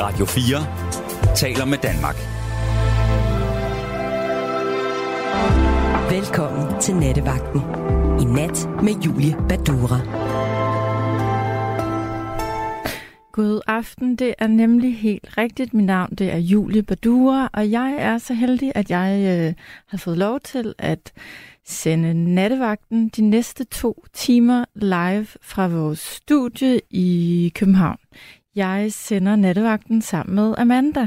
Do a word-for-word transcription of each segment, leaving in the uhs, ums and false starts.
Radio fire taler med Danmark. Velkommen til Nattevagten. I nat med Julie Badura. God aften, det er nemlig helt rigtigt. Mit navn det er Julie Badura, og jeg er så heldig, at jeg øh, har fået lov til at sende Nattevagten de næste to timer live fra vores studie i København. Jeg sender Nattevagten sammen med Amanda.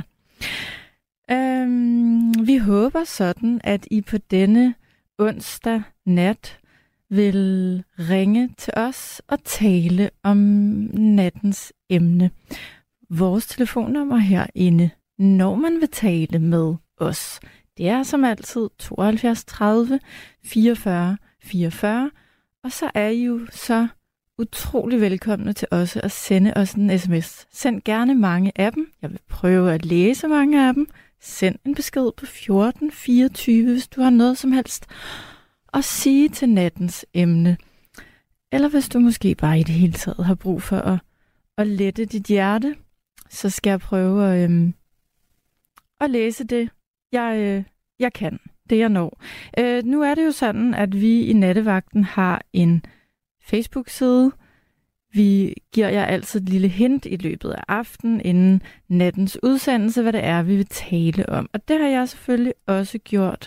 Øhm, vi håber sådan, at I på denne onsdag nat vil ringe til os og tale om nattens emne. Vores telefonnummer herinde, når man vil tale med os, det er som altid tooghalvfjerds tredive fireogfyrre fireogfyrre, og så er I jo så utrolig velkomne til også at sende os en sms. Send gerne mange af dem. Jeg vil prøve at læse mange af dem. Send en besked på fjorten fireogtyve, hvis du har noget som helst at sige til nattens emne. Eller hvis du måske bare i det hele taget har brug for at, at lette dit hjerte, så skal jeg prøve at, øhm, at læse det, jeg, øh, jeg kan. Det jeg når. Øh, nu er det jo sådan, at vi i Nattevagten har en Facebook-side. Vi giver jer altid et lille hint i løbet af aftenen, inden nattens udsendelse, hvad det er, vi vil tale om. Og det har jeg selvfølgelig også gjort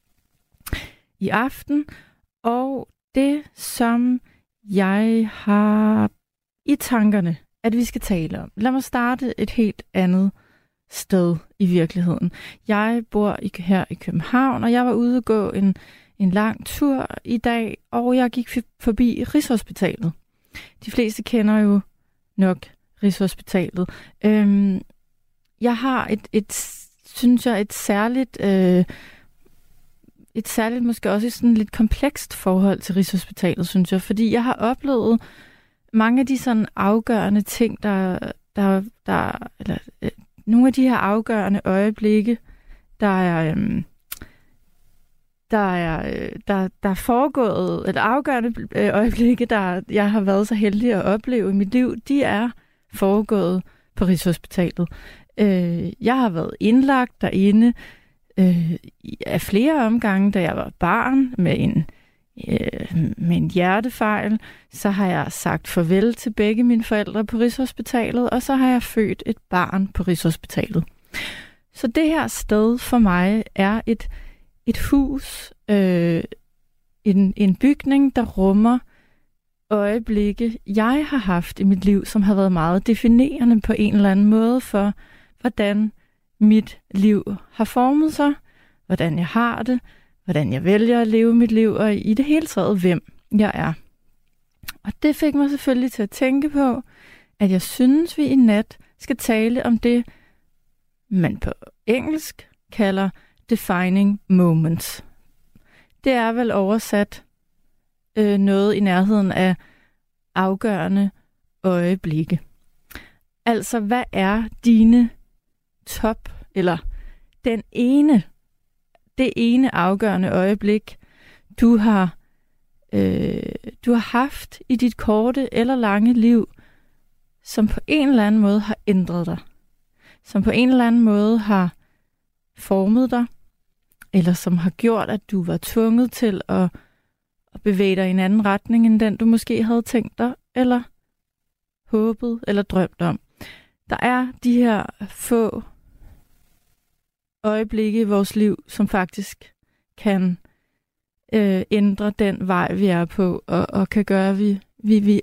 i aften. Og det, som jeg har i tankerne, at vi skal tale om. Lad mig starte et helt andet sted i virkeligheden. Jeg bor i, her i København, og jeg var ude at gå en, en lang tur i dag, og jeg gik forbi Rigshospitalet. De fleste kender jo nok Rigshospitalet. Øhm, jeg har et, et, synes jeg, et særligt, øh, et særligt, måske også et sådan lidt komplekst forhold til Rigshospitalet, synes jeg, fordi jeg har oplevet mange af de sådan afgørende ting, der, der, der eller øh, nogle af de her afgørende øjeblikke, der er, øhm, der er, der, der er foregået, eller afgørende øjeblikke, der jeg har været så heldig at opleve i mit liv, de er foregået på Rigshospitalet. Øh, jeg har været indlagt derinde øh, af flere omgange, da jeg var barn med en, øh, med en hjertefejl. Så har jeg sagt farvel til begge mine forældre på Rigshospitalet, og så har jeg født et barn på Rigshospitalet. Så det her sted for mig er et Et hus, øh, en, en bygning, der rummer øjeblikke, jeg har haft i mit liv, som har været meget definerende på en eller anden måde for, hvordan mit liv har formet sig, hvordan jeg har det, hvordan jeg vælger at leve mit liv, og i det hele taget, hvem jeg er. Og det fik mig selvfølgelig til at tænke på, at jeg synes, vi i nat skal tale om det, man på engelsk kalder defining moments. Det er vel oversat øh, noget i nærheden af afgørende øjeblikke. Altså, hvad er dine top, eller den ene, det ene afgørende øjeblik, du har, øh, du har haft i dit korte eller lange liv, som på en eller anden måde har ændret dig, som på en eller anden måde har formet dig, eller som har gjort, at du var tvunget til at, at bevæge dig i en anden retning, end den du måske havde tænkt dig, eller håbet, eller drømt om. Der er de her få øjeblikke i vores liv, som faktisk kan øh, ændre den vej, vi er på, og, og kan gøre, at vi, vi, vi,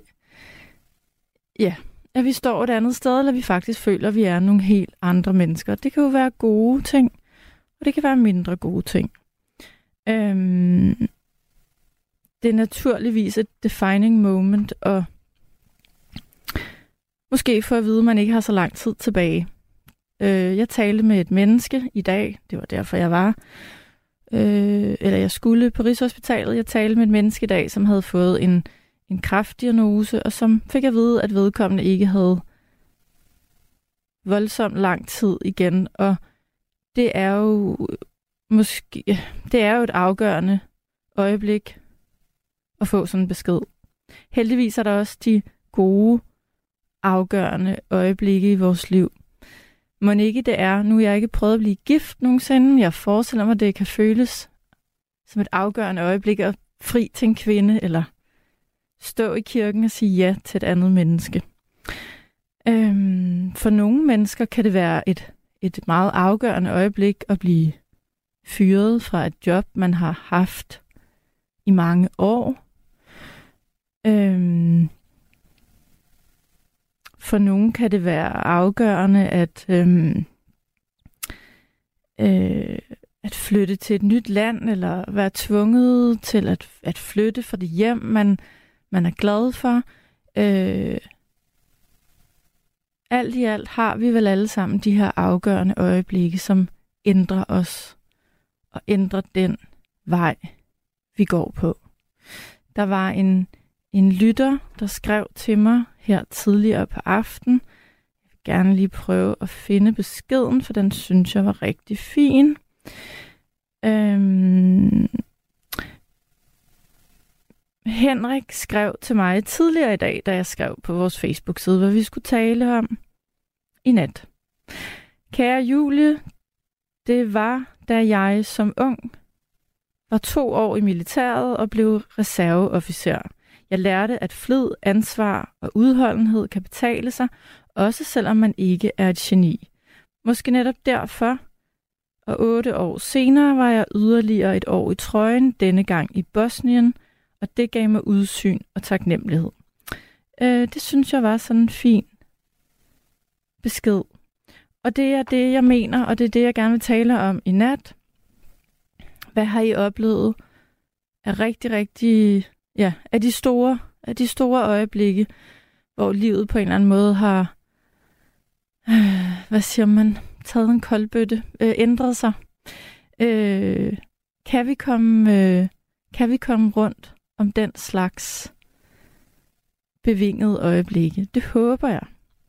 ja, at vi står et andet sted, eller vi faktisk føler, at vi er nogle helt andre mennesker. Det kan jo være gode ting, og det kan være mindre gode ting. Øhm, det er naturligvis et defining moment, og måske for at vide, at man ikke har så lang tid tilbage. Øh, jeg talte med et menneske i dag, det var derfor jeg var, øh, eller jeg skulle på Rigshospitalet. Jeg talte med et menneske i dag, som havde fået en, en kræftdiagnose, og som fik at vide, at vedkommende ikke havde voldsomt lang tid igen, og det er jo måske, det er jo et afgørende øjeblik at få sådan en besked. Heldigvis er der også de gode, afgørende øjeblikke i vores liv. Mon ikke det er, nu har jeg ikke prøvet at blive gift nogensinde, men jeg forestiller mig, at det kan føles som et afgørende øjeblik at fri til en kvinde, eller stå i kirken og sige ja til et andet menneske. Øhm, for nogle mennesker kan det være et, et meget afgørende øjeblik at blive fyret fra et job, man har haft i mange år. Øhm, for nogen kan det være afgørende at, øhm, øh, at flytte til et nyt land, eller være tvunget til at, at flytte fra det hjem, man, man er glad for. Øh, alt i alt har vi vel alle sammen de her afgørende øjeblikke, som ændrer os og ændrer den vej, vi går på. Der var en, en lytter, der skrev til mig her tidligere på aften. Jeg vil gerne lige prøve at finde beskeden, for den synes jeg var rigtig fin. Øhm... Henrik skrev til mig tidligere i dag, da jeg skrev på vores Facebook-side, hvad vi skulle tale om i nat. Kære Julie, det var, da jeg som ung var to år i militæret og blev reserveofficer. Jeg lærte, at flid, ansvar og udholdenhed kan betale sig, også selvom man ikke er et geni. Måske netop derfor, og otte år senere var jeg yderligere et år i trøjen, denne gang i Bosnien, og det gav mig udsyn og taknemmelighed. Øh, det synes jeg var sådan en fin besked. Og det er det, jeg mener, og det er det, jeg gerne vil tale om i nat. Hvad har I oplevet af rigtig, rigtig, ja, af de store, af de store øjeblikke, hvor livet på en eller anden måde har, øh, hvad siger man, taget en koldbøtte, øh, ændret sig. Øh, kan vi komme, øh, kan vi komme rundt om den slags bevingede øjeblikke? Det håber jeg.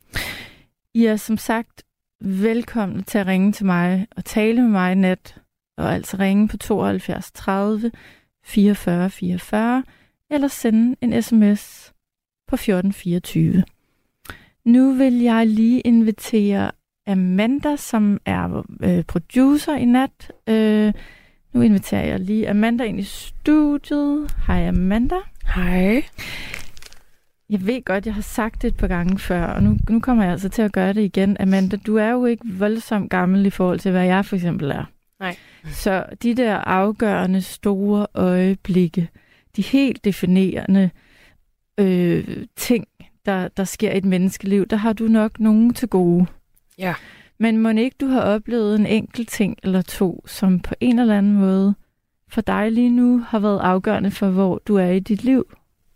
I er som sagt velkomne til at ringe til mig og tale med mig i nat, og altså ringe på tooghalvfjerds tredive fireogfyrre fireogfyrre, eller sende en sms på fjorten fireogtyve. Nu vil jeg lige invitere Amanda, som er øh, producer i nat. Øh, nu inviterer jeg lige Amanda ind i studiet. Hej Amanda. Hej. Jeg ved godt, jeg har sagt det et par gange før, og nu, nu kommer jeg altså til at gøre det igen. Amanda, du er jo ikke voldsomt gammel i forhold til, hvad jeg for eksempel er. Nej. Så de der afgørende store øjeblikke, de helt definerende øh, ting, der, der sker i et menneskeliv, der har du nok nogen til gode. Ja. Men må ikke du har oplevet en enkelt ting eller to, som på en eller anden måde for dig lige nu har været afgørende for, hvor du er i dit liv?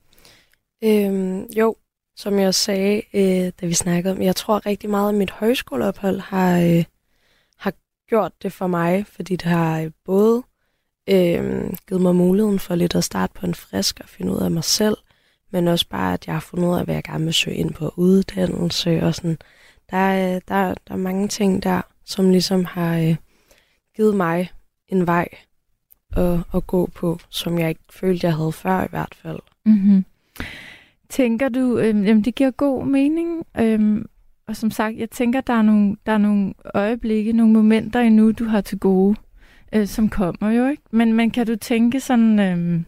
Øhm, jo, som jeg sagde, øh, da vi snakkede om, jeg tror rigtig meget, at mit højskoleophold har, øh, har gjort det for mig, fordi det har både øh, givet mig muligheden for lidt at starte på en frisk og finde ud af mig selv, men også bare, at jeg har fundet ud af, hvad jeg gerne vil søge ind på uddannelse og sådan. Der er, der, der er mange ting der, som ligesom har øh, givet mig en vej at, at gå på, som jeg ikke følte, jeg havde før i hvert fald. Mm-hmm. Tænker du, øh, jamen det giver god mening, øh, og som sagt, jeg tænker, der er nogle, der er nogle øjeblikke, nogle momenter endnu, du har til gode, øh, som kommer jo, ikke? Men, men kan du tænke sådan, øh,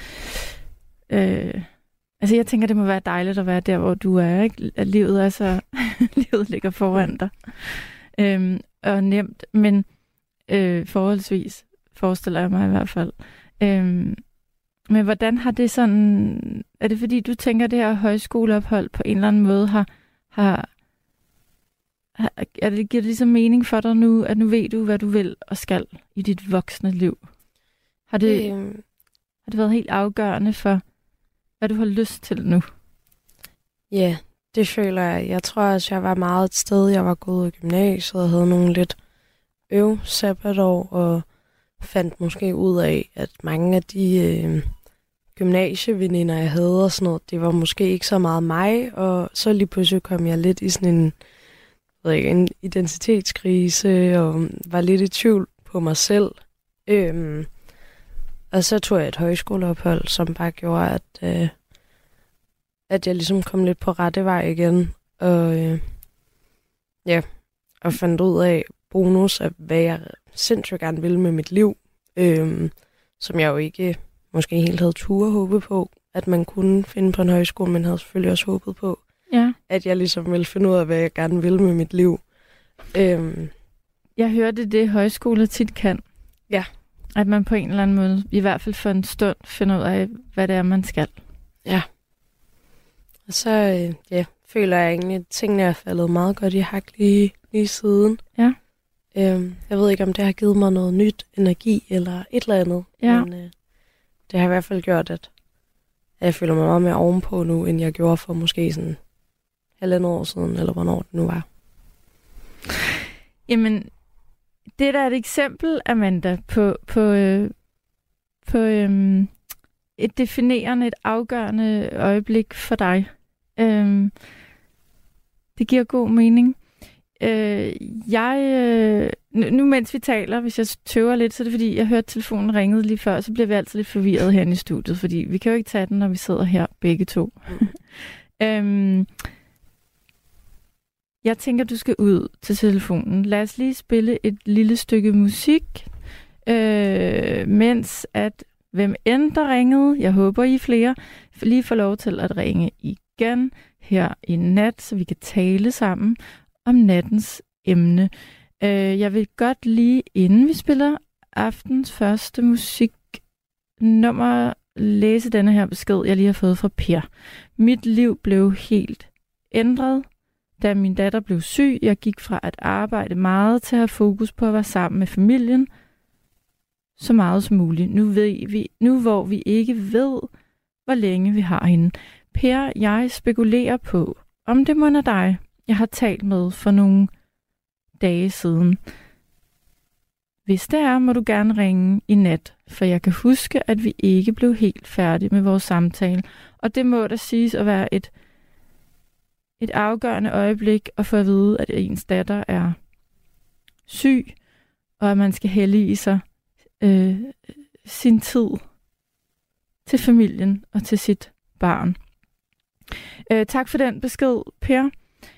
øh, altså jeg tænker, det må være dejligt at være der, hvor du er, ikke? At livet er så, livet ligger foran dig, øh, og nemt, men øh, forholdsvis, forestiller jeg mig i hvert fald. Øh, Men hvordan har det sådan... Er det fordi, du tænker, at det her højskoleophold på en eller anden måde har... har, har er det, giver det ligesom mening for dig nu, at nu ved du, hvad du vil og skal i dit voksne liv? Har det, øhm. har det været helt afgørende for, hvad du har lyst til nu? Ja, yeah, det føler jeg. Jeg tror også, jeg var meget et sted. Jeg var gået i gymnasiet og havde nogle lidt øv sabbatår og fandt måske ud af, at mange af de... Øh, gymnasieveninder, jeg havde og sådan noget, det var måske ikke så meget mig, og så lige pludselig kom jeg lidt i sådan en, ved ikke, en identitetskrise, og var lidt i tvivl på mig selv. Øhm, og så tog jeg et højskoleophold, som bare gjorde, at, øh, at jeg ligesom kom lidt på rette vej igen. Og øh, ja, og fandt ud af bonus af, hvad jeg sindssygt gerne ville med mit liv, øhm, som jeg jo ikke måske helt havde tur håbet på, at man kunne finde på en højskole, men havde selvfølgelig også håbet på, ja. at jeg ligesom ville finde ud af, hvad jeg gerne ville med mit liv. Øhm. Jeg hørte det, højskole tit kan. Ja. At man på en eller anden måde, i hvert fald for en stund, finder ud af, hvad det er, man skal. Ja. Og så øh, ja, føler jeg egentlig, at tingene er faldet meget godt i hak lige, lige siden. Ja. Øhm, jeg ved ikke, om det har givet mig noget nyt energi eller et eller andet. Ja. Men øh, det har i hvert fald gjort, at jeg føler mig meget mere ovenpå nu, end jeg gjorde for måske sådan halvandet år siden, eller hvornår det nu var. Jamen, det er da et eksempel, Amanda, på, på, øh, på øh, et definerende, et afgørende øjeblik for dig. Øh, det giver god mening. Øh, jeg, øh, nu mens vi taler, hvis jeg tøver lidt, så er det fordi, jeg hørte telefonen ringede lige før, så bliver vi altid lidt forvirret herinde i studiet, fordi vi kan jo ikke tage den, når vi sidder her begge to. Mm. øhm, jeg tænker, du skal ud til telefonen. Lad os lige spille et lille stykke musik, øh, mens at hvem end der ringede, jeg håber I flere, lige får lov til at ringe igen her i nat, så vi kan tale sammen om nattens emne. Øh, jeg vil godt lige, inden vi spiller aftens første musiknummer, læse denne her besked, jeg lige har fået fra Per. Mit liv blev helt ændret, da min datter blev syg. Jeg gik fra at arbejde meget til at have fokus på at være sammen med familien så meget som muligt. Nu, ved vi, nu hvor vi ikke ved, hvor længe vi har hende. Per, jeg spekulerer på, om det må er dig, jeg har talt med for nogle dage siden. Hvis det er, må du gerne ringe i nat, for jeg kan huske, at vi ikke blev helt færdige med vores samtale. Og det må da siges at være et, et afgørende øjeblik at få at vide, at ens datter er syg, og at man skal hellige sig øh, sin tid til familien og til sit barn. Øh, tak for den besked, Per.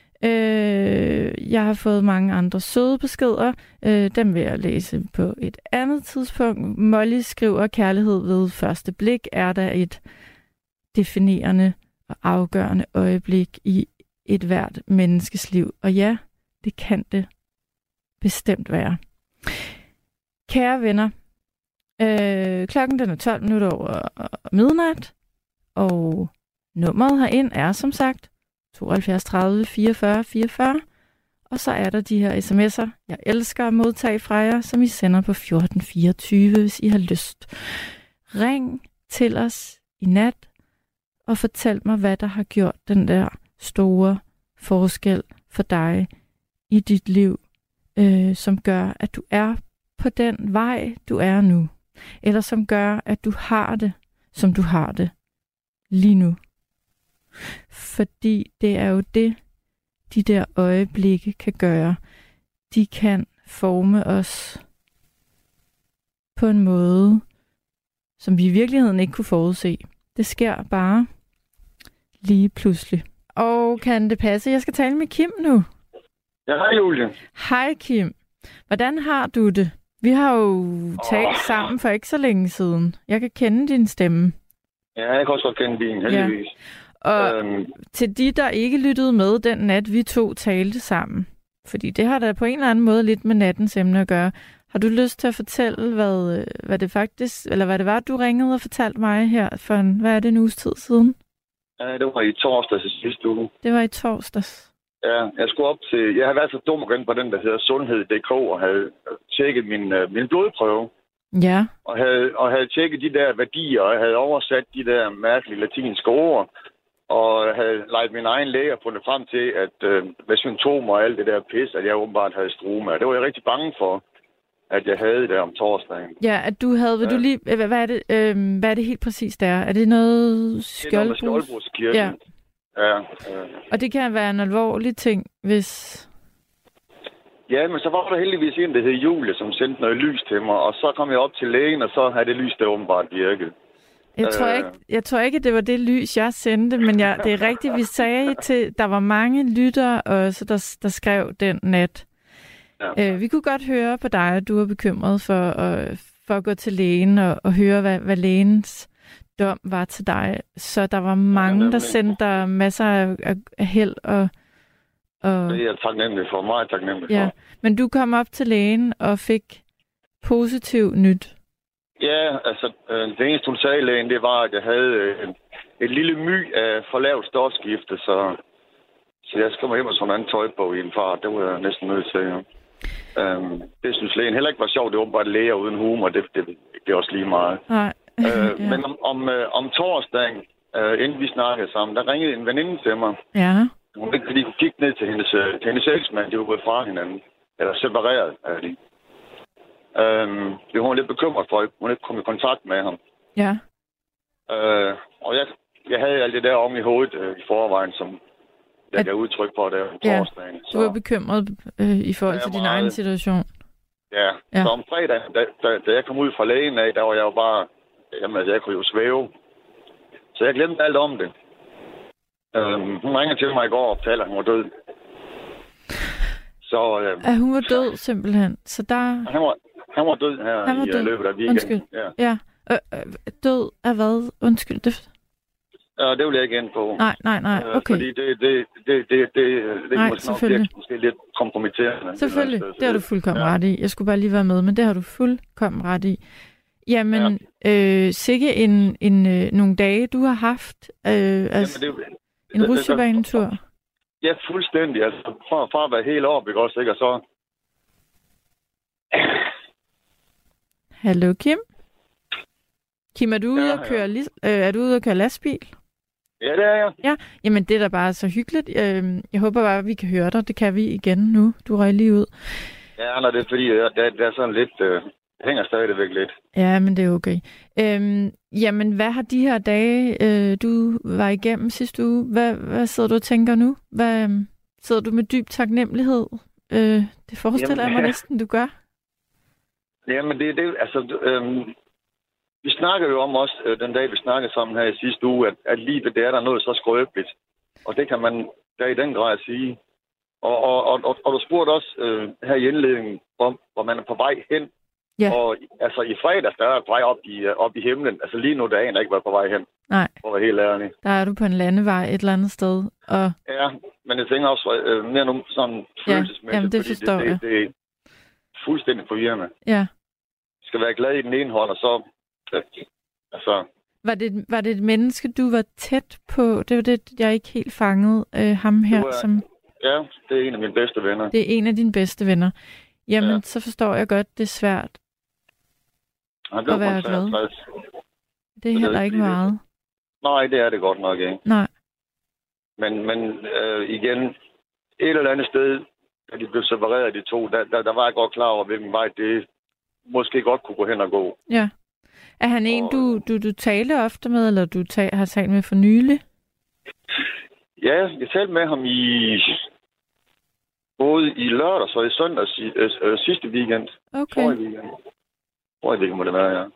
Øh, jeg har fået mange andre søde beskeder. Øh, dem vil jeg læse på et andet tidspunkt. Molly skriver, kærlighed ved første blik er der et definerende og afgørende øjeblik i et hvert menneskes liv. Og ja, det kan det bestemt være. Kære venner, øh, klokken den er tolv minutter over midnat, og nummeret herind er som sagt tooghalvfjerds tredive fireogfyrre fireogfyrre, og så er der de her sms'er, jeg elsker at modtage fra jer, som I sender på fjorten fireogtyve, hvis I har lyst. Ring til os i nat og fortæl mig, hvad der har gjort den der store forskel for dig i dit liv, øh, som gør, at du er på den vej, du er nu, eller som gør, at du har det, som du har det lige nu. Fordi det er jo det, de der øjeblikke kan gøre. De kan forme os på en måde, som vi i virkeligheden ikke kunne forudse. Det sker bare lige pludselig. Og kan det passe, jeg skal tale med Kim nu? Ja, hej Julie. Hej Kim. Hvordan har du det? Vi har jo oh. talt sammen for ikke så længe siden. Jeg kan kende din stemme. Ja, jeg kan også godt kende din, heldigvis. Ja. Og øhm. til de, der ikke lyttede med den nat, vi to talte sammen, fordi det har da på en eller anden måde lidt med nattens emne at gøre. Har du lyst til at fortælle, hvad, hvad det faktisk, eller hvad det var, du ringede og fortalte mig her for en, hvad er det, en uges tid siden? Ja, det var i torsdags i sidste uge. Det var i torsdags. Ja, jeg skulle op til, jeg har været så dum at gå ind på den, der hedder sundhed punktum d k, og havde tjekket min, uh, min blodprøve. Ja. Og havde, og havde tjekket de der værdier, og havde oversat de der mærkelige latinske ord, og havde leget min egen læge og fundet frem til, at øh, med symptomer og alt det der pis, at jeg åbenbart havde struma. Det var jeg rigtig bange for, at jeg havde det om torsdagen. Ja, at du havde, vil ja. du lige, hvad, hvad, er det, øh, hvad er det helt præcis der? Er det noget skjoldbrus? Det er noget med skjoldbruskkirtel. Ja. Ja, øh. Og det kan være en alvorlig ting, hvis... Ja, men så var der heldigvis en, der hed Julie, som sendte noget lys til mig, og så kom jeg op til lægen, og så havde det lys der åbenbart virket. Jeg tror, ikke, jeg tror ikke, det var det lys, jeg sendte, men jeg, det er rigtigt, vi sagde til, der var mange lyttere også, der, der skrev den nat. Ja. Øh, vi kunne godt høre på dig, at du er bekymret for, at, for at gå til lægen og, og høre, hvad, hvad lægens dom var til dig. Så der var mange, ja, der sendte dig masser af, af, af held. Og, og, det er jeg taknemmelig for. Meget taknemmelig ja. for. Men du kom op til lægen og fik positiv nyt. Ja, altså øh, det eneste, hun sagde, lægen, det var, at jeg havde øh, et lille my af for lavt stofskifte, så, så jeg skal hjem og sådan en anden tøj på i en fart. Det var jeg næsten nødt til, ja. Øhm, det synes lægen heller ikke var sjovt. Det var bare læger uden humor. Det, det, det er også lige meget. Nej. øh, ja. Men om, om, øh, om torsdagen, øh, inden vi snakkede sammen, der ringede en veninde til mig. Ja. Hun ikke fordi hun gik ned til hendes, til hendes eksmand. De var gået fra hinanden. Eller separeret er de. Øhm, det var hun lidt bekymret for. Hun ikke kom i kontakt med ham. Ja. Øh, og jeg, jeg havde alt det der om i hovedet øh, i forvejen, som jeg At... gav udtryk for der om ja. torsdagen. Så... Du var bekymret øh, i forhold til din meget... egen situation. Ja. ja, så om fredag, da, da, da jeg kom ud fra lægen af, der var jeg jo bare... Jamen, altså, jeg kunne jo svæve. Så jeg glemte alt om det. Øhm, hun ringede til mig i går og fortalte, at hun var død. Så... Øh, at hun var død, simpelthen. Så der... Han var, han var død her han var i død. løbet af weekenden. Undskyld. Ja. ja. Øh, øh, død af hvad? Undskyld. Det... Ja, det vil jeg ikke ind på. Nej, nej, nej. Okay. Fordi det, det, det, det, det, det nej, måske nok virke, måske lidt kompromitterende. Selvfølgelig. Det, det har du fuldkommen ja. ret i. Jeg skulle bare lige være med, men det har du fuldkommen ret i. Jamen, ja. øh, sikke en, en, øh, nogle dage, du har haft. Øh, altså, Jamen, det, en rutsjebanetur. Ja, fuldstændig. Altså, fra, fra at være helt op, ikke også, ikke? Og så... Hallo, Kim? Kim, er du ude ja, at køre, ja. øh, er du ude at køre lastbil? Ja, det er jeg. Ja, jamen det er da bare så hyggeligt. Øh, jeg håber bare, at vi kan høre dig. Det kan vi igen nu. Du røg lige ud. Ja, når det er fordi, det er, det er sådan lidt... Øh, det hænger stadigvæk lidt. Ja, men det er okay. Øhm, jamen, hvad har de her dage, øh, du var igennem sidste uge? Hvad, hvad sidder du og tænker nu? Hvad, øh, sidder du med dyb taknemmelighed? Øh, det forestiller jamen, jeg mig næsten, du gør. Jamen, det er det. Altså, øh, vi snakker jo om også, øh, den dag vi snakkede sammen her i sidste uge, at, at livet, det er der noget så skrøbeligt. Og det kan man da i den grad sige. Og, og, og, og, og du spurgte også øh, her i indledningen om, hvor man er på vej hen. Ja. Og altså i fredags, der er jeg på vej op i, op i himlen. Altså lige nu, der aner jeg ikke, hvad jeg er på vej hen. Nej. For at være helt ærlig. Der er du på en landevej et eller andet sted. Og... Ja, men jeg tænker også øh, mere nu sådan følelsesmæssigt. Ja, jamen det forstår det, jeg. Det, det er fuldstændig forvirrende. Ja. Jeg skal være glad i den ene hånd, og så... Øh, altså... Var det, var det et menneske, du var tæt på? Det var det, jeg ikke helt fangede. Øh, ham her, var, som... Ja, det er en af mine bedste venner. Det er en af dine bedste venner. Jamen, ja. Så forstår jeg godt, det er svært. Han blev at være glad. Det er heller ikke meget. Det. Nej, det er det godt nok ikke. Nej. Men, men øh, igen, et eller andet sted, da de blev separeret, de to, der, der, der var jeg godt klar over, hvilken vej det måske godt kunne gå hen og gå. Ja. Er han en, og... du, du, du taler ofte med, eller du ta- har talt med for nylig? Ja, jeg talte med ham i både i lørdags og i søndags i, øh, øh, sidste weekend. Okay. Forrige weekend. Forrige weekend må det være, ja.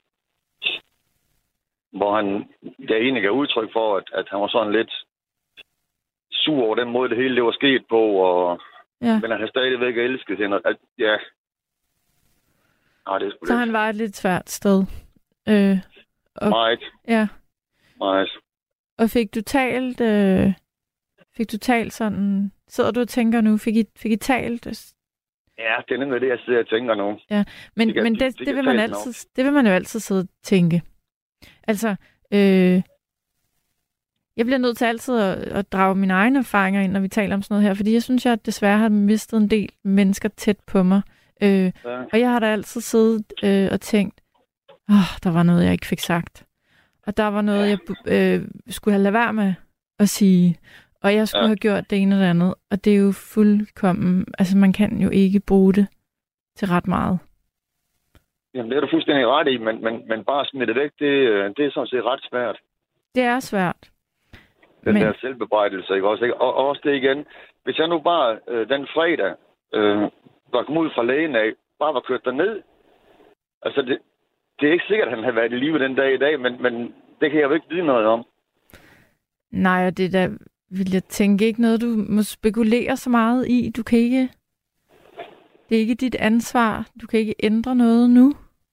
Hvor han der egentlig gav udtryk for, at, at han var sådan lidt sur over den måde, det hele det var sket på, og ja. Men han har stadigvæk elsket hende. At, ja. Nej, det er sgu så lidt. Han var et lidt svært sted. Øh, og, Meget. Ja. Meget. Og fik du talt, øh, fik du talt sådan, sidder du og tænker nu, fik I, fik I talt? Ja, det er nemlig det, jeg sidder og tænker nu. Ja, men, kan, men det, det, det, det, vil man altid, det vil man jo altid sidde og tænke. Altså, øh, jeg bliver nødt til altid at, at drage mine egne erfaringer ind, når vi taler om sådan noget her, fordi jeg synes, jeg desværre har mistet en del mennesker tæt på mig. Øh, ja. Og jeg har da altid siddet øh, og tænkt, åh, oh, der var noget, jeg ikke fik sagt. Og der var noget, jeg øh, skulle have lade være med at sige. Og jeg skulle ja. have gjort det ene eller andet. Og det er jo fuldkommen... Altså, man kan jo ikke bruge det til ret meget. Jamen, det er du fuldstændig ret i, men, men, men bare smide det væk, det, det er sådan set ret svært. Det er svært. Den men... der selvbebrejdelse, ikke også? Ikke? Og, og også det igen. Hvis jeg nu bare øh, den fredag øh, var kommet ud fra lægen af, bare var kørt derned. Altså, det, det er ikke sikkert, at han havde været i live den dag i dag, men, men det kan jeg jo ikke vide noget om. Nej, og det der vil jeg tænke ikke noget, du må spekulere så meget i. Du kan ikke... Det er ikke dit ansvar. Du kan ikke ændre noget nu.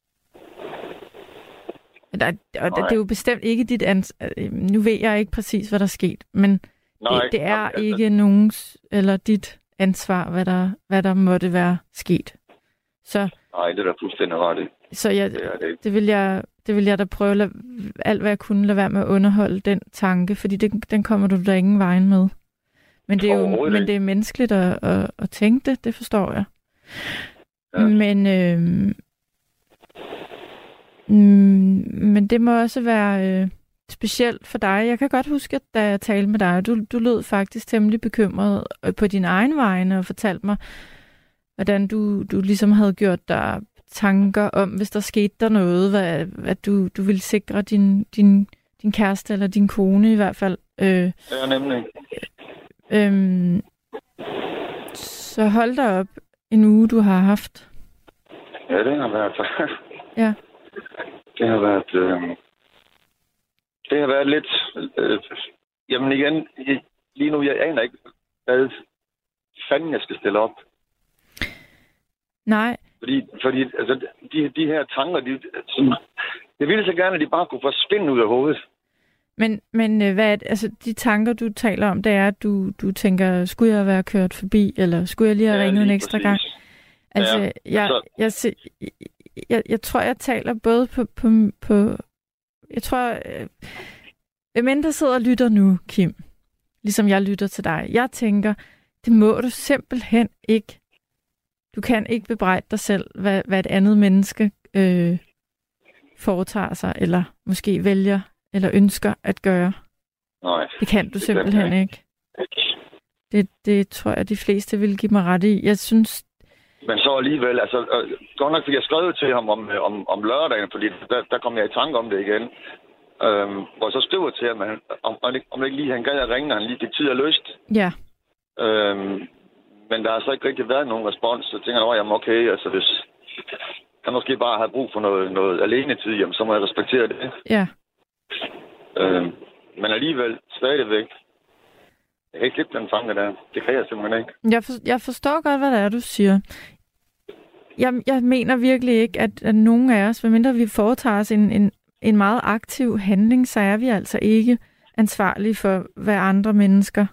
Der, og det er jo bestemt ikke dit ansvar. Nu ved jeg ikke præcis, hvad der er sket, men Nej, det, det er altså, ikke nogens eller dit ansvar, hvad der, hvad der måtte være sket. Så, nej, det er da fuldstændig ret i. så jeg, Det er det ikke. det, vil jeg, det vil jeg da prøve at lade, alt, hvad jeg kunne, lade være med at underholde den tanke, fordi det, den kommer du da ingen vejen med. Men det er jo Overhovedet men ikke. det er menneskeligt at, at, at tænke det, det forstår jeg. Ja. Men, øh, mm, men det må også være øh, specielt for dig. Jeg kan godt huske, at da jeg talte med dig, du, du lød faktisk temmelig bekymret på din egen vegne og fortalte mig, hvordan du, du ligesom havde gjort dig tanker om, hvis der skete der noget, hvad, at du, du ville sikre din, din, din kæreste eller din kone i hvert fald. Øh, Ja, nemlig. Øhm, så hold da op en uge, du har haft. Ja, det har været... Ja. Det har været... Øh... Det har været lidt... Øh... Jamen igen, lige nu, jeg aner ikke, hvad fanden jeg skal stille op. Nej. Fordi, fordi altså, de, de her tanker, de, sådan, jeg ville så gerne, at de bare kunne forsvinde ud af hovedet. Men, men hvad er det, altså, de tanker, du taler om, det er, at du, du tænker, skulle jeg være kørt forbi, eller skulle jeg lige have Ja, ringet en lige ekstra præcis. gang? Altså, Ja, jeg, altså- jeg, jeg, jeg, jeg, jeg tror, jeg taler både på... på, på jeg tror, øh, hvem end der sidder og lytter nu, Kim, ligesom jeg lytter til dig, jeg tænker, det må du simpelthen ikke. Du kan ikke bebrejde dig selv, hvad, hvad et andet menneske øh, foretager sig, eller måske vælger, eller ønsker at gøre. Nej. Det kan du kan simpelthen jeg ikke. Det, det tror jeg, de fleste vil give mig ret i. Jeg synes... Men så alligevel, altså, øh, godt nok fik jeg skrevet til ham om, om, om lørdagen, fordi der, der kom jeg i tanke om det igen. Øhm, hvor jeg så skriver til ham, om, om, om, det, om det ikke lige han gad at ringe, når han lige fik tid og lyst. Ja. Øhm, men der har så ikke rigtig været nogen respons, så tænker jeg, at jamen okay, altså hvis han måske bare har brug for noget, noget alenetid, jamen så må jeg respektere det. Ja. Øhm, men alligevel stadigvæk, jeg kan ikke slippe den fange der. Det kan jeg simpelthen ikke. Jeg, for, jeg forstår godt, hvad det er, du siger. Jeg, jeg mener virkelig ikke, at, at nogen af os, medmindre vi foretager os en, en, en meget aktiv handling, så er vi altså ikke ansvarlige for, hvad andre mennesker,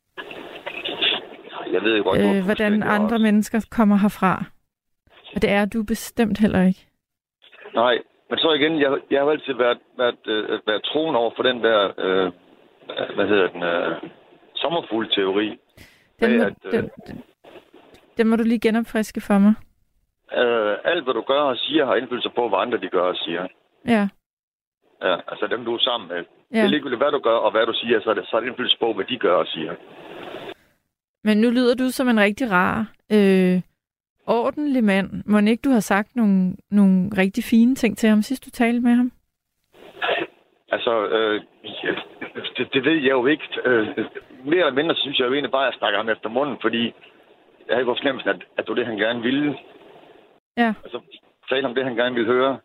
Jeg ved godt, øh, hvordan andre også. mennesker kommer herfra. Og det er du bestemt heller ikke. Nej, men så igen, jeg, jeg har altid været, været, øh, været troende over for den der, øh, hvad hedder den, øh, sommerfuglteori. Den må, at, øh, den, den må du lige genopfriske for mig. Øh, alt, hvad du gør og siger, har indflydelse på, hvad andre de gør og siger. Ja. Ja, altså dem, du er sammen med. Ja. Det er ligegyldigt, hvad du gør og hvad du siger, så er det, så er det indflydelse på, hvad de gør og siger. Men nu lyder du som en rigtig rar, øh, ordentlig mand. Må ikke du har sagt nogle, nogle rigtig fine ting til ham, sidst du talte med ham? Altså, øh, det, det ved jeg jo ikke. Øh, mere eller mindre synes jeg jo egentlig bare, at jeg snakker ham efter munden, fordi jeg havde jo fornemmelsen, at, at det var det, han gerne ville. Ja. Altså, tale om det, han gerne ville høre.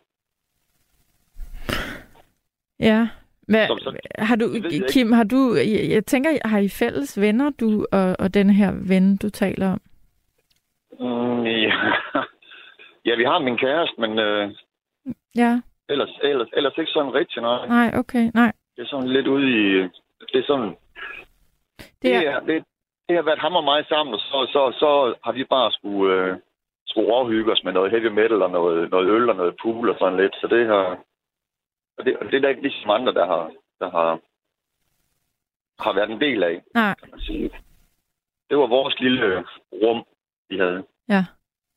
Ja. Hvad, Så, så, har du, Kim, har du, jeg, jeg tænker, har I fælles venner, du og, og den her ven, du taler om? Mm, ja. ja, vi har min kæreste, men øh, ja. ellers, ellers, ellers ikke sådan rigtig noget. Nej, okay, nej. Det er sådan lidt ude i... Det er sådan... Det, er, det, det har været ham og mig sammen, og så, så, så har vi bare skulle, øh, skulle råhygge os med noget heavy metal og noget, noget øl og noget pool og sådan lidt. Så det har... Og det, det er der ikke ligesom andre, der har, der har, har været en del af. Nej. Kan man sige. Det var vores lille rum, vi havde. Ja.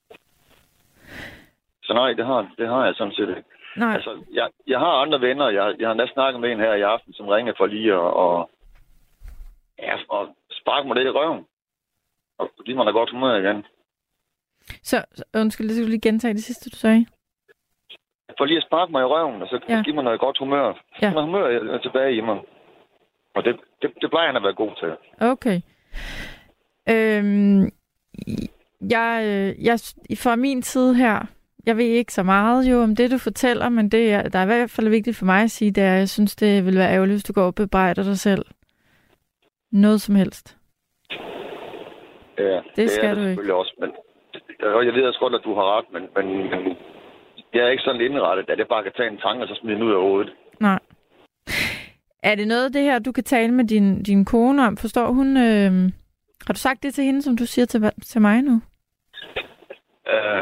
Så nej, det har, det har jeg sådan set ikke. Nej. Altså, jeg, jeg har andre venner. Jeg, jeg har næsten snakket med en her i aften, som ringer for lige at og, ja, og sparke mig lidt i røven. Og give mig da godt humør igen. Så, undskyld, det skal du lige gentage det sidste, du sagde. For lige at sparke mig i røven, og så ja. give mig noget godt humør. Ja. Noget humør er tilbage i mig. Og det, det, det plejer han at være god til. Okay. Øhm, jeg, jeg, fra min side her, jeg ved ikke så meget jo om det, du fortæller, men det er, der er i hvert fald vigtigt for mig at sige, det er, at jeg synes, det vil være ærgerligt, hvis du går og bebrejder dig selv. Noget som helst. Ja, det, det skal er det du selvfølgelig ikke. også, men og jeg ved også godt, at du har ret, men, men, men jeg er ikke sådan indrettet, at jeg bare kan tage en tanke og så smide den ud af hovedet. Nej. Er det noget af det her, du kan tale med din, din kone om? Forstår hun... Øh... Har du sagt det til hende, som du siger til, til mig nu? Uh,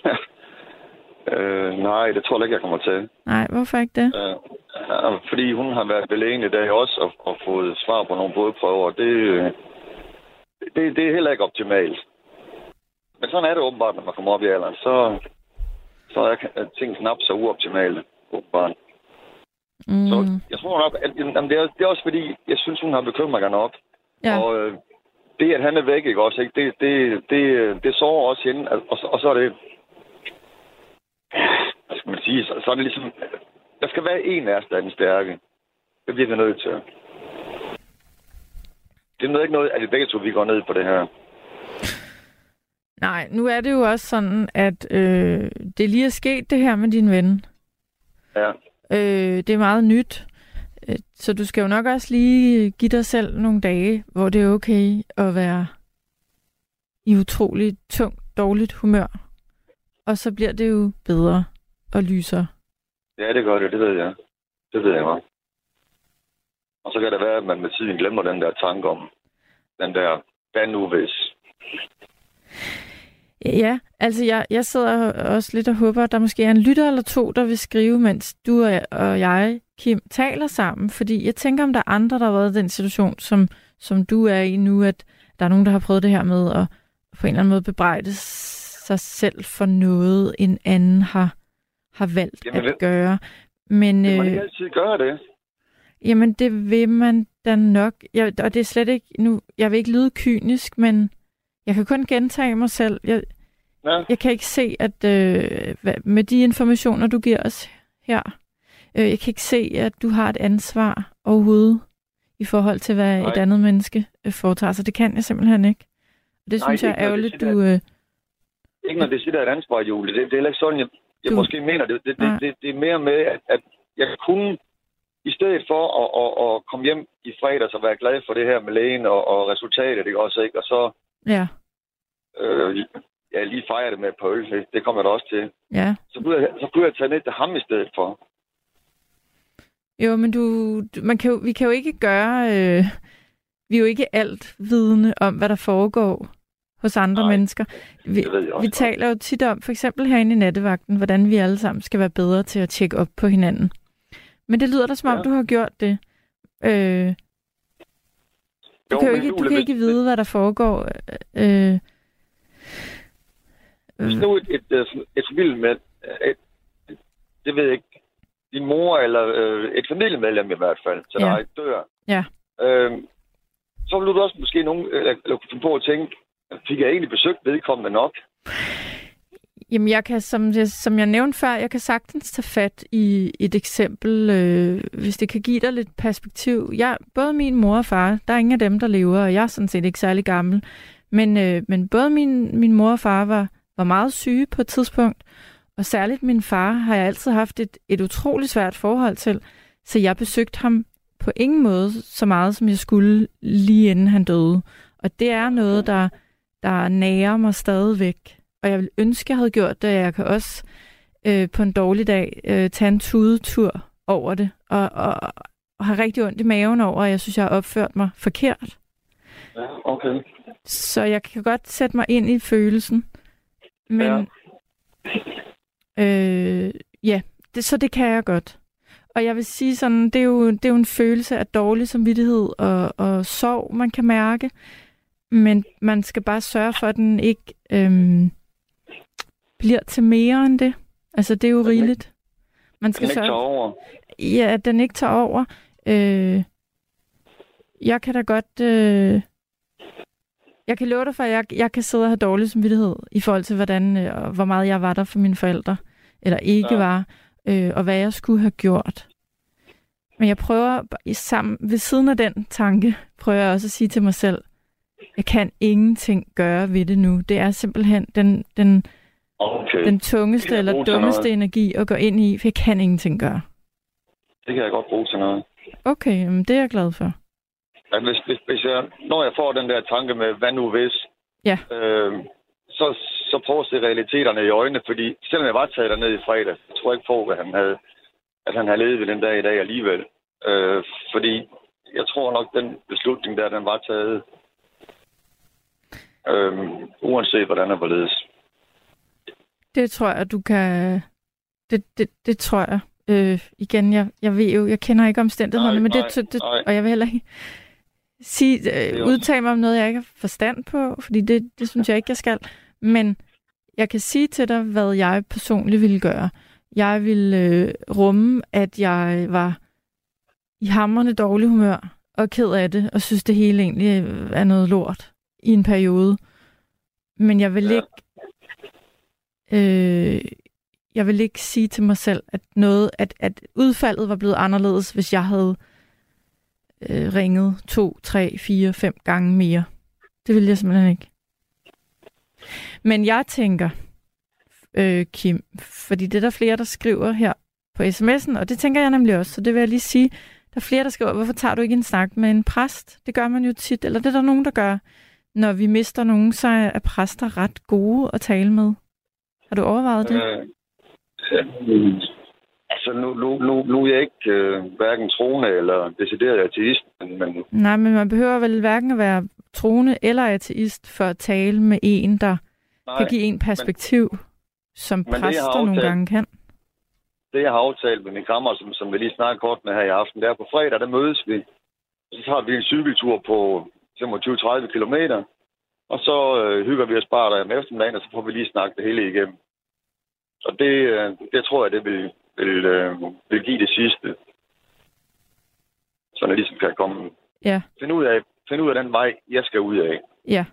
uh, nej, det tror jeg ikke, jeg kommer til. Nej, hvorfor ikke det? Uh, uh, fordi hun har været belægen i dag også og, og fået svar på nogle blodprøver. Det, det, det er heller ikke optimalt. Men sådan er det åbenbart, når man kommer op i alderen. Så, så er ting knap så uoptimale, åbenbart. Mm. Så jeg tror nok, at, at det, er, det er også fordi, jeg synes, hun har bekymringer nok. Ja. Og øh, det, at han er væk, ikke også, ikke? Det, det, det, det sårer også hende. Og, og så er det... Hvad skal man sige? Så, så er det ligesom... Der skal være en af os, der er den stærke. Det bliver vi nødt til. Det er ikke noget, at det begge to, vi går ned på det her. Nej, nu er det jo også sådan, at øh, det lige er sket det her med din ven. Ja. Øh, det er meget nyt. Så du skal jo nok også lige give dig selv nogle dage, hvor det er okay at være i utroligt tungt, dårligt humør. Og så bliver det jo bedre og lysere. Ja, det gør det. Det ved jeg. Det ved jeg godt. Og så kan det være, at man med tiden glemmer den der tanke om den der, hvad nu hvis? Ja, altså jeg, jeg sidder også lidt og håber, at der måske er en lytter eller to, der vil skrive, mens du og jeg, Kim, taler sammen. Fordi jeg tænker, om der er andre, der har været i den situation, som, som du er i nu, at der er nogen, der har prøvet det her med at på en eller anden måde bebrejde sig selv for noget, en anden har, har valgt Jamen, at gøre. Men, vil man ikke altid gøre det? Jamen, det vil man da nok. Jeg, og det er slet ikke... Nu, jeg vil ikke lyde kynisk, men jeg kan kun gentage mig selv. Jeg, ja. jeg kan ikke se, at øh, med de informationer, du giver os her, øh, jeg kan ikke se, at du har et ansvar overhovedet i forhold til, hvad Nej. et andet menneske øh, foretager sig. Det kan jeg simpelthen ikke. Og det Nej, synes jeg er ærgerligt, du... Øh, ikke når det siger, et ansvar, Julie. Det, det er heller ikke sådan, jeg, jeg du, måske mener det. Det, det, det. det er mere med, at, at jeg kunne... I stedet for at, at, at komme hjem i fredags og være glad for det her med lægen og, og resultatet, ikke også, ikke? Og så ja. øh, ja, lige fejre det med et par øl, ikke? Det kommer jeg da også til. Ja. Så kunne jeg, så kunne jeg tage ned til ham i stedet for. Jo, men du, man kan jo, vi kan jo ikke gøre, øh, vi er jo ikke alt vidne om, hvad der foregår hos andre Nej, mennesker. Vi, vi taler jo tit om, for eksempel herinde i nattevagten, hvordan vi alle sammen skal være bedre til at tjekke op på hinanden. Men det lyder da som om, ja. du har gjort det. Øh, du jo, kan jo ikke, du kan ikke vide, hvad der foregår. Øh, Hvis nu et, et, et, et familiemedlem, et, et, det ved jeg ikke, din mor eller øh, et familiemedlem i hvert fald, så ja. der er et dør, ja. øh, så vil du også måske nogen, eller, eller finde på at tænke, fik jeg egentlig besøgt vedkommende nok? Jamen, jeg kan, som jeg, som jeg nævnte før, jeg kan sagtens tage fat i et eksempel, øh, hvis det kan give dig lidt perspektiv. Jeg, både min mor og far, der er ingen af dem, der lever, og jeg er sådan set ikke særlig gammel, men, øh, men både min, min mor og far var, var meget syge på et tidspunkt, og særligt min far har jeg altid haft et, et utroligt svært forhold til, så jeg besøgte ham på ingen måde så meget, som jeg skulle, lige inden han døde. Og det er noget, der, der nærer mig stadigvæk. Og jeg vil ønske, jeg havde gjort det, og jeg kan også øh, på en dårlig dag øh, tage en tudetur over det, og, og, og have rigtig ondt i maven over, at jeg synes, jeg har opført mig forkert. Ja, okay. Så jeg kan godt sætte mig ind i følelsen. Men ja, øh, ja det, så det kan jeg godt. Og jeg vil sige sådan, det er jo, det er jo en følelse af dårlig samvittighed og, og sorg, man kan mærke. Men man skal bare sørge for, at den ikke øhm, bliver til mere end det. Altså, det er jo den rigeligt. Man skal den sørge... ikke tager over? Ja, at den ikke tager over. Øh, jeg kan da godt... Øh, jeg kan love dig for, at jeg, jeg kan sidde og have dårlig samvittighed i forhold til, hvordan, øh, hvor meget jeg var der for mine forældre, eller ikke ja. var, øh, og hvad jeg skulle have gjort. Men jeg prøver, sammen, ved siden af den tanke, prøver jeg også at sige til mig selv, jeg kan ingenting gøre ved det nu. Det er simpelthen den, den, okay. den tungeste eller dummeste energi at gå ind i, for jeg kan ingenting gøre. Det kan jeg godt bruge til noget. Okay, men det er jeg glad for. Ja, hvis, hvis, hvis jeg, når jeg får den der tanke med, hvad nu hvis, ja. øh, så, så prøve at se realiteterne i øjnene, fordi selvom jeg var taget derned i fredag, så tror jeg ikke på, at han havde, at han havde levet ved den dag i dag alligevel. Øh, fordi jeg tror nok, den beslutning der, den var taget, øh, uanset hvordan den var ledes. Det tror jeg, du kan... Det, det, det tror jeg. Øh, igen, jeg, jeg ved jo, jeg kender ikke omstændighederne, men det, det, det, og jeg vil heller ikke sige, øh, udtale mig om noget, jeg ikke har forstand på, fordi det, det synes jeg ikke, jeg skal. Men jeg kan sige til dig, hvad jeg personligt ville gøre. Jeg ville øh, rumme, at jeg var i hamrende dårlig humør og ked af det, og synes, det hele egentlig er noget lort i en periode. Men jeg vil ja. ikke... Øh, jeg vil ikke sige til mig selv, at noget, at, at udfaldet var blevet anderledes, hvis jeg havde øh, ringet to, tre, fire, fem gange mere. Det vil jeg simpelthen ikke. Men jeg tænker, øh, Kim, fordi det er der flere, der skriver her på sms'en, og det tænker jeg nemlig også, så det vil jeg lige sige. Der er flere, der skriver, hvorfor tager du ikke en snak med en præst? Det gør man jo tit, eller det er der nogen, der gør. Når vi mister nogen, så er præster ret gode at tale med. Har du overvejet det? Øh, øh, altså, nu, nu, nu, nu er jeg ikke øh, hverken troende eller decideret ateist. Men... Nej, men man behøver vel hverken at være troende eller ateist for at tale med en, der Nej, kan give en perspektiv, men, som præster aftalt, nogle gange kan. Det, jeg har aftalt med min kammer, som, som vi lige snakker kort med her i aften, det er på fredag, der mødes vi. Så tager vi en cykeltur på femogtyve til tredive kilometer. Og så øh, hygger vi os bare der om eftermiddagen, og så får vi lige snakket det hele igennem. Og det, øh, det tror jeg, det vil, vil, øh, vil give det sidste. Så jeg ligesom kan komme. Ja. Finde ud af, finde ud af den vej, jeg skal ud af. Ja.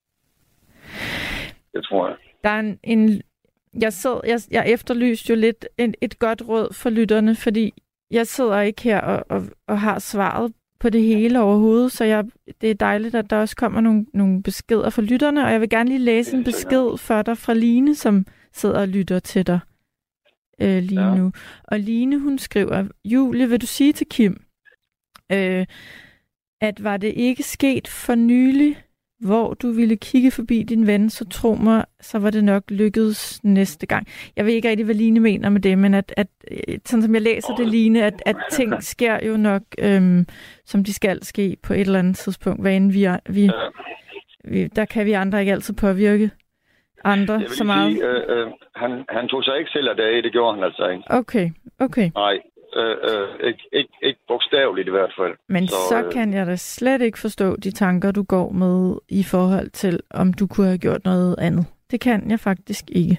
Det tror jeg. Der er en... en jeg, sad, jeg, jeg efterlyste jo lidt et, et godt råd for lytterne, fordi jeg sidder ikke her og, og, og har svaret på det hele overhovedet, så jeg, det er dejligt, at der også kommer nogle, nogle beskeder fra lytterne, og jeg vil gerne lige læse en besked for dig fra Line, som sidder og lytter til dig øh, lige ja. nu. Og Line, hun skriver, Julie, vil du sige til Kim, øh, at var det ikke sket for nylig, hvor du ville kigge forbi din ven, så tro mig, så var det nok lykkedes næste gang. Jeg ved ikke rigtig, hvad Line mener med det, men at, at sådan som jeg læser det, Line, at, at ting sker jo nok, øhm, som de skal ske på et eller andet tidspunkt, hvad end vi, vi, vi der kan vi andre ikke altid påvirke andre så meget. Sige, øh, øh, han, han tog sig ikke selv af dage, det gjorde han altså ikke. Okay, okay. Nej. Øh, øh, ikke, ikke, ikke bogstaveligt i hvert fald. Men så, så kan jeg da slet ikke forstå de tanker, du går med i forhold til, om du kunne have gjort noget andet. Det kan jeg faktisk ikke.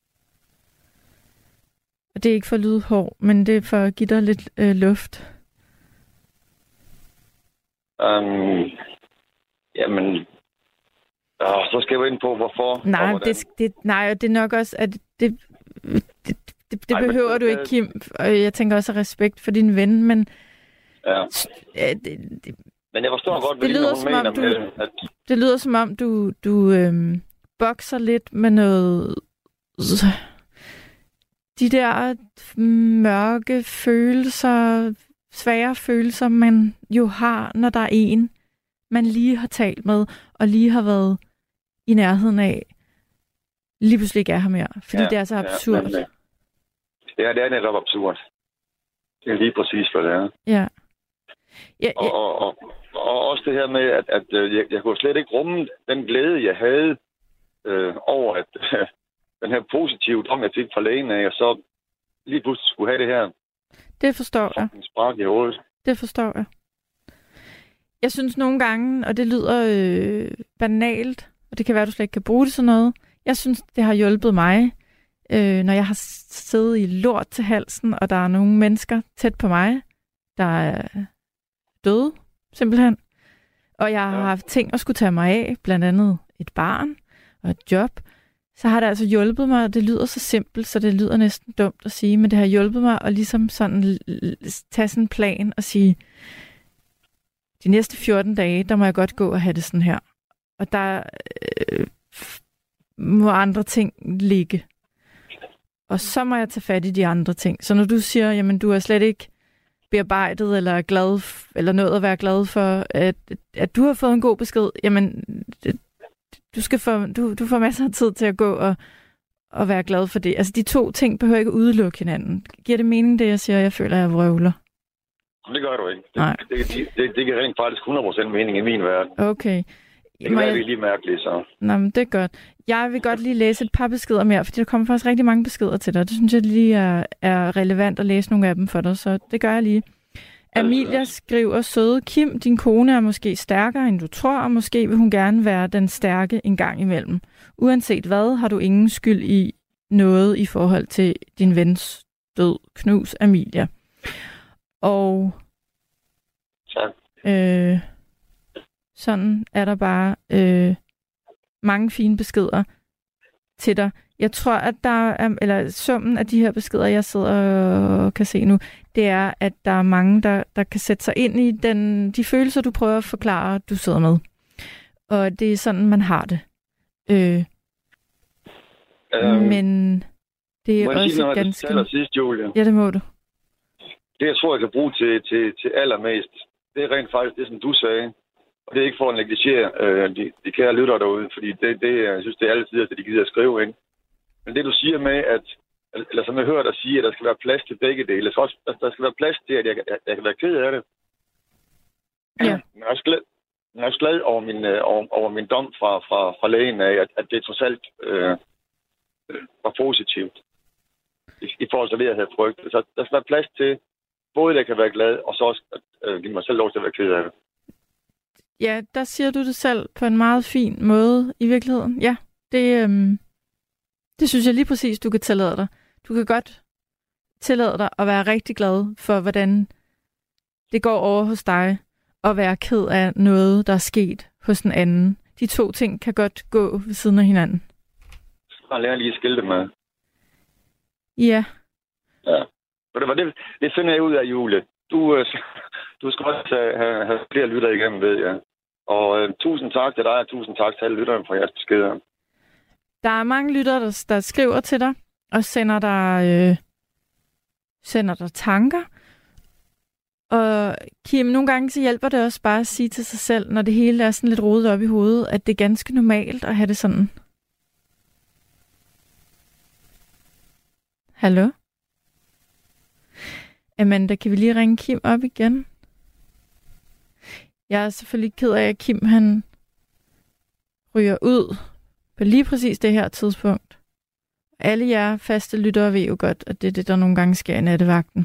Og det er ikke for at lyde hård, men det er for at give dig lidt øh, luft. Um, jamen, øh, så skal jeg jo ind på, hvorfor. Nej, det, det, nej, det er nok også, at det... det Det, det Ej, behøver men, du ikke, Kim. Og jeg tænker også respekt for din ven, men... Ja. Øh, det, det, men jeg forstår godt, hvad det lyder, som om, du, med, at... det lyder som om, du, du øhm, bokser lidt med noget... De der mørke følelser, svære følelser, man jo har, når der er en, man lige har talt med, og lige har været i nærheden af, lige pludselig ikke er her mere. Fordi ja, det er så absurd. Ja, men, Ja, det er netop absurd. Det er lige præcis, hvad det er. Ja. ja, ja. Og, og, og, og også det her med, at, at jeg, jeg kunne slet ikke rumme den glæde, jeg havde øh, over, at øh, den her positive dom, jeg fik fra lægen af, og så lige pludselig skulle have det her. Det forstår jeg. Spark i hovedet. Det forstår jeg. Jeg synes nogle gange, og det lyder øh, banalt, og det kan være, at du slet ikke kan bruge det sådan noget, jeg synes, det har hjulpet mig, Øh, når jeg har siddet i lort til halsen, og der er nogle mennesker tæt på mig, der er døde, simpelthen. Og jeg har ja. haft ting at skulle tage mig af, blandt andet et barn og et job. Så har det altså hjulpet mig, og det lyder så simpelt, så det lyder næsten dumt at sige, men det har hjulpet mig at ligesom sådan tage sådan en plan og sige, de næste fjorten dage, der må jeg godt gå og have det sådan her. Og der øh, må andre ting ligge. Og så må jeg tage fat i de andre ting. Så når du siger, jamen du er slet ikke bearbejdet, eller glad, eller noget at være glad for, at, at du har fået en god besked, jamen det, du, skal få, du, du får masser af tid til at gå og, og være glad for det. Altså, de to ting behøver ikke udelukke hinanden. Giver det mening, det jeg siger, jeg føler, jeg vrøvler? Det gør du ikke. Det, Nej. det, det, det, det giver rent faktisk hundrede procent mening i min verden. Okay. Det kan være, jeg... det er lige mærkeligt, så. Nå, men det er godt. Jeg vil godt lige læse et par beskeder mere, fordi der kommer faktisk rigtig mange beskeder til dig. Det synes jeg lige er, er relevant at læse nogle af dem for dig, så det gør jeg lige. Amelia skriver, søde Kim, din kone er måske stærkere, end du tror, og måske vil hun gerne være den stærke en gang imellem. Uanset hvad, har du ingen skyld i noget i forhold til din vens død. Knus, Amelia. Og tak. Øh, sådan er der bare øh, mange fine beskeder til dig. Jeg tror, at der er, eller summen af de her beskeder, jeg sidder og kan se nu, det er, at der er mange, der, der kan sætte sig ind i den, de følelser, du prøver at forklare, du sidder med. Og det er sådan, man har det. Øh, øhm, men det er også sige noget, ganske... Må jeg sige sidst, Julia? Ja, det må du. Det, jeg tror, jeg kan bruge til, til, til allermest, det er rent faktisk det, som du sagde. Og det er ikke for at negligere øh, de, de kære lyttere derude, fordi det, det, jeg synes, det er altid, at de gider at skrive ind. Men det, du siger med, at, eller som jeg hører dig sige, at der skal være plads til begge dele, så også, at der skal være plads til, at jeg, jeg, jeg kan være ked af det. Ja. Men jeg er også glad, jeg er også glad over, min, over, over min dom fra, fra, fra lægen af, at, at det trods alt øh, var positivt i, i forhold til det, jeg havde frygtet. Så der skal være plads til, både at jeg kan være glad, og så også at øh, give mig selv lov til at være ked af det. Ja, der siger du det selv på en meget fin måde i virkeligheden. Ja, det, øhm, det synes jeg lige præcis, du kan tillade dig. Du kan godt tillade dig at være rigtig glad for, hvordan det går over hos dig, og være ked af noget, der er sket hos den anden. De to ting kan godt gå ved siden af hinanden. Så jeg lærer lige at skille det med. Ja. Ja. Det, var det, det finder jeg ud af, Julie. Du, øh, du skal også have, have, have flere lyttere igennem, ved jeg. Og øh, tusind tak til dig, og tusind tak til alle lytterne for jeres beskeder. Der er mange lyttere, der, der skriver til dig, og sender dig, øh, sender dig tanker. Og Kim, nogle gange så hjælper det også bare at sige til sig selv, når det hele er sådan lidt rodet op i hovedet, at det er ganske normalt at have det sådan. Hallo? Amanda, kan vi lige ringe Kim op igen? Jeg er selvfølgelig ked af, at Kim han ryger ud på lige præcis det her tidspunkt. Alle jer faste lyttere ved jo godt, at det er det, der nogle gange sker i nattevagten.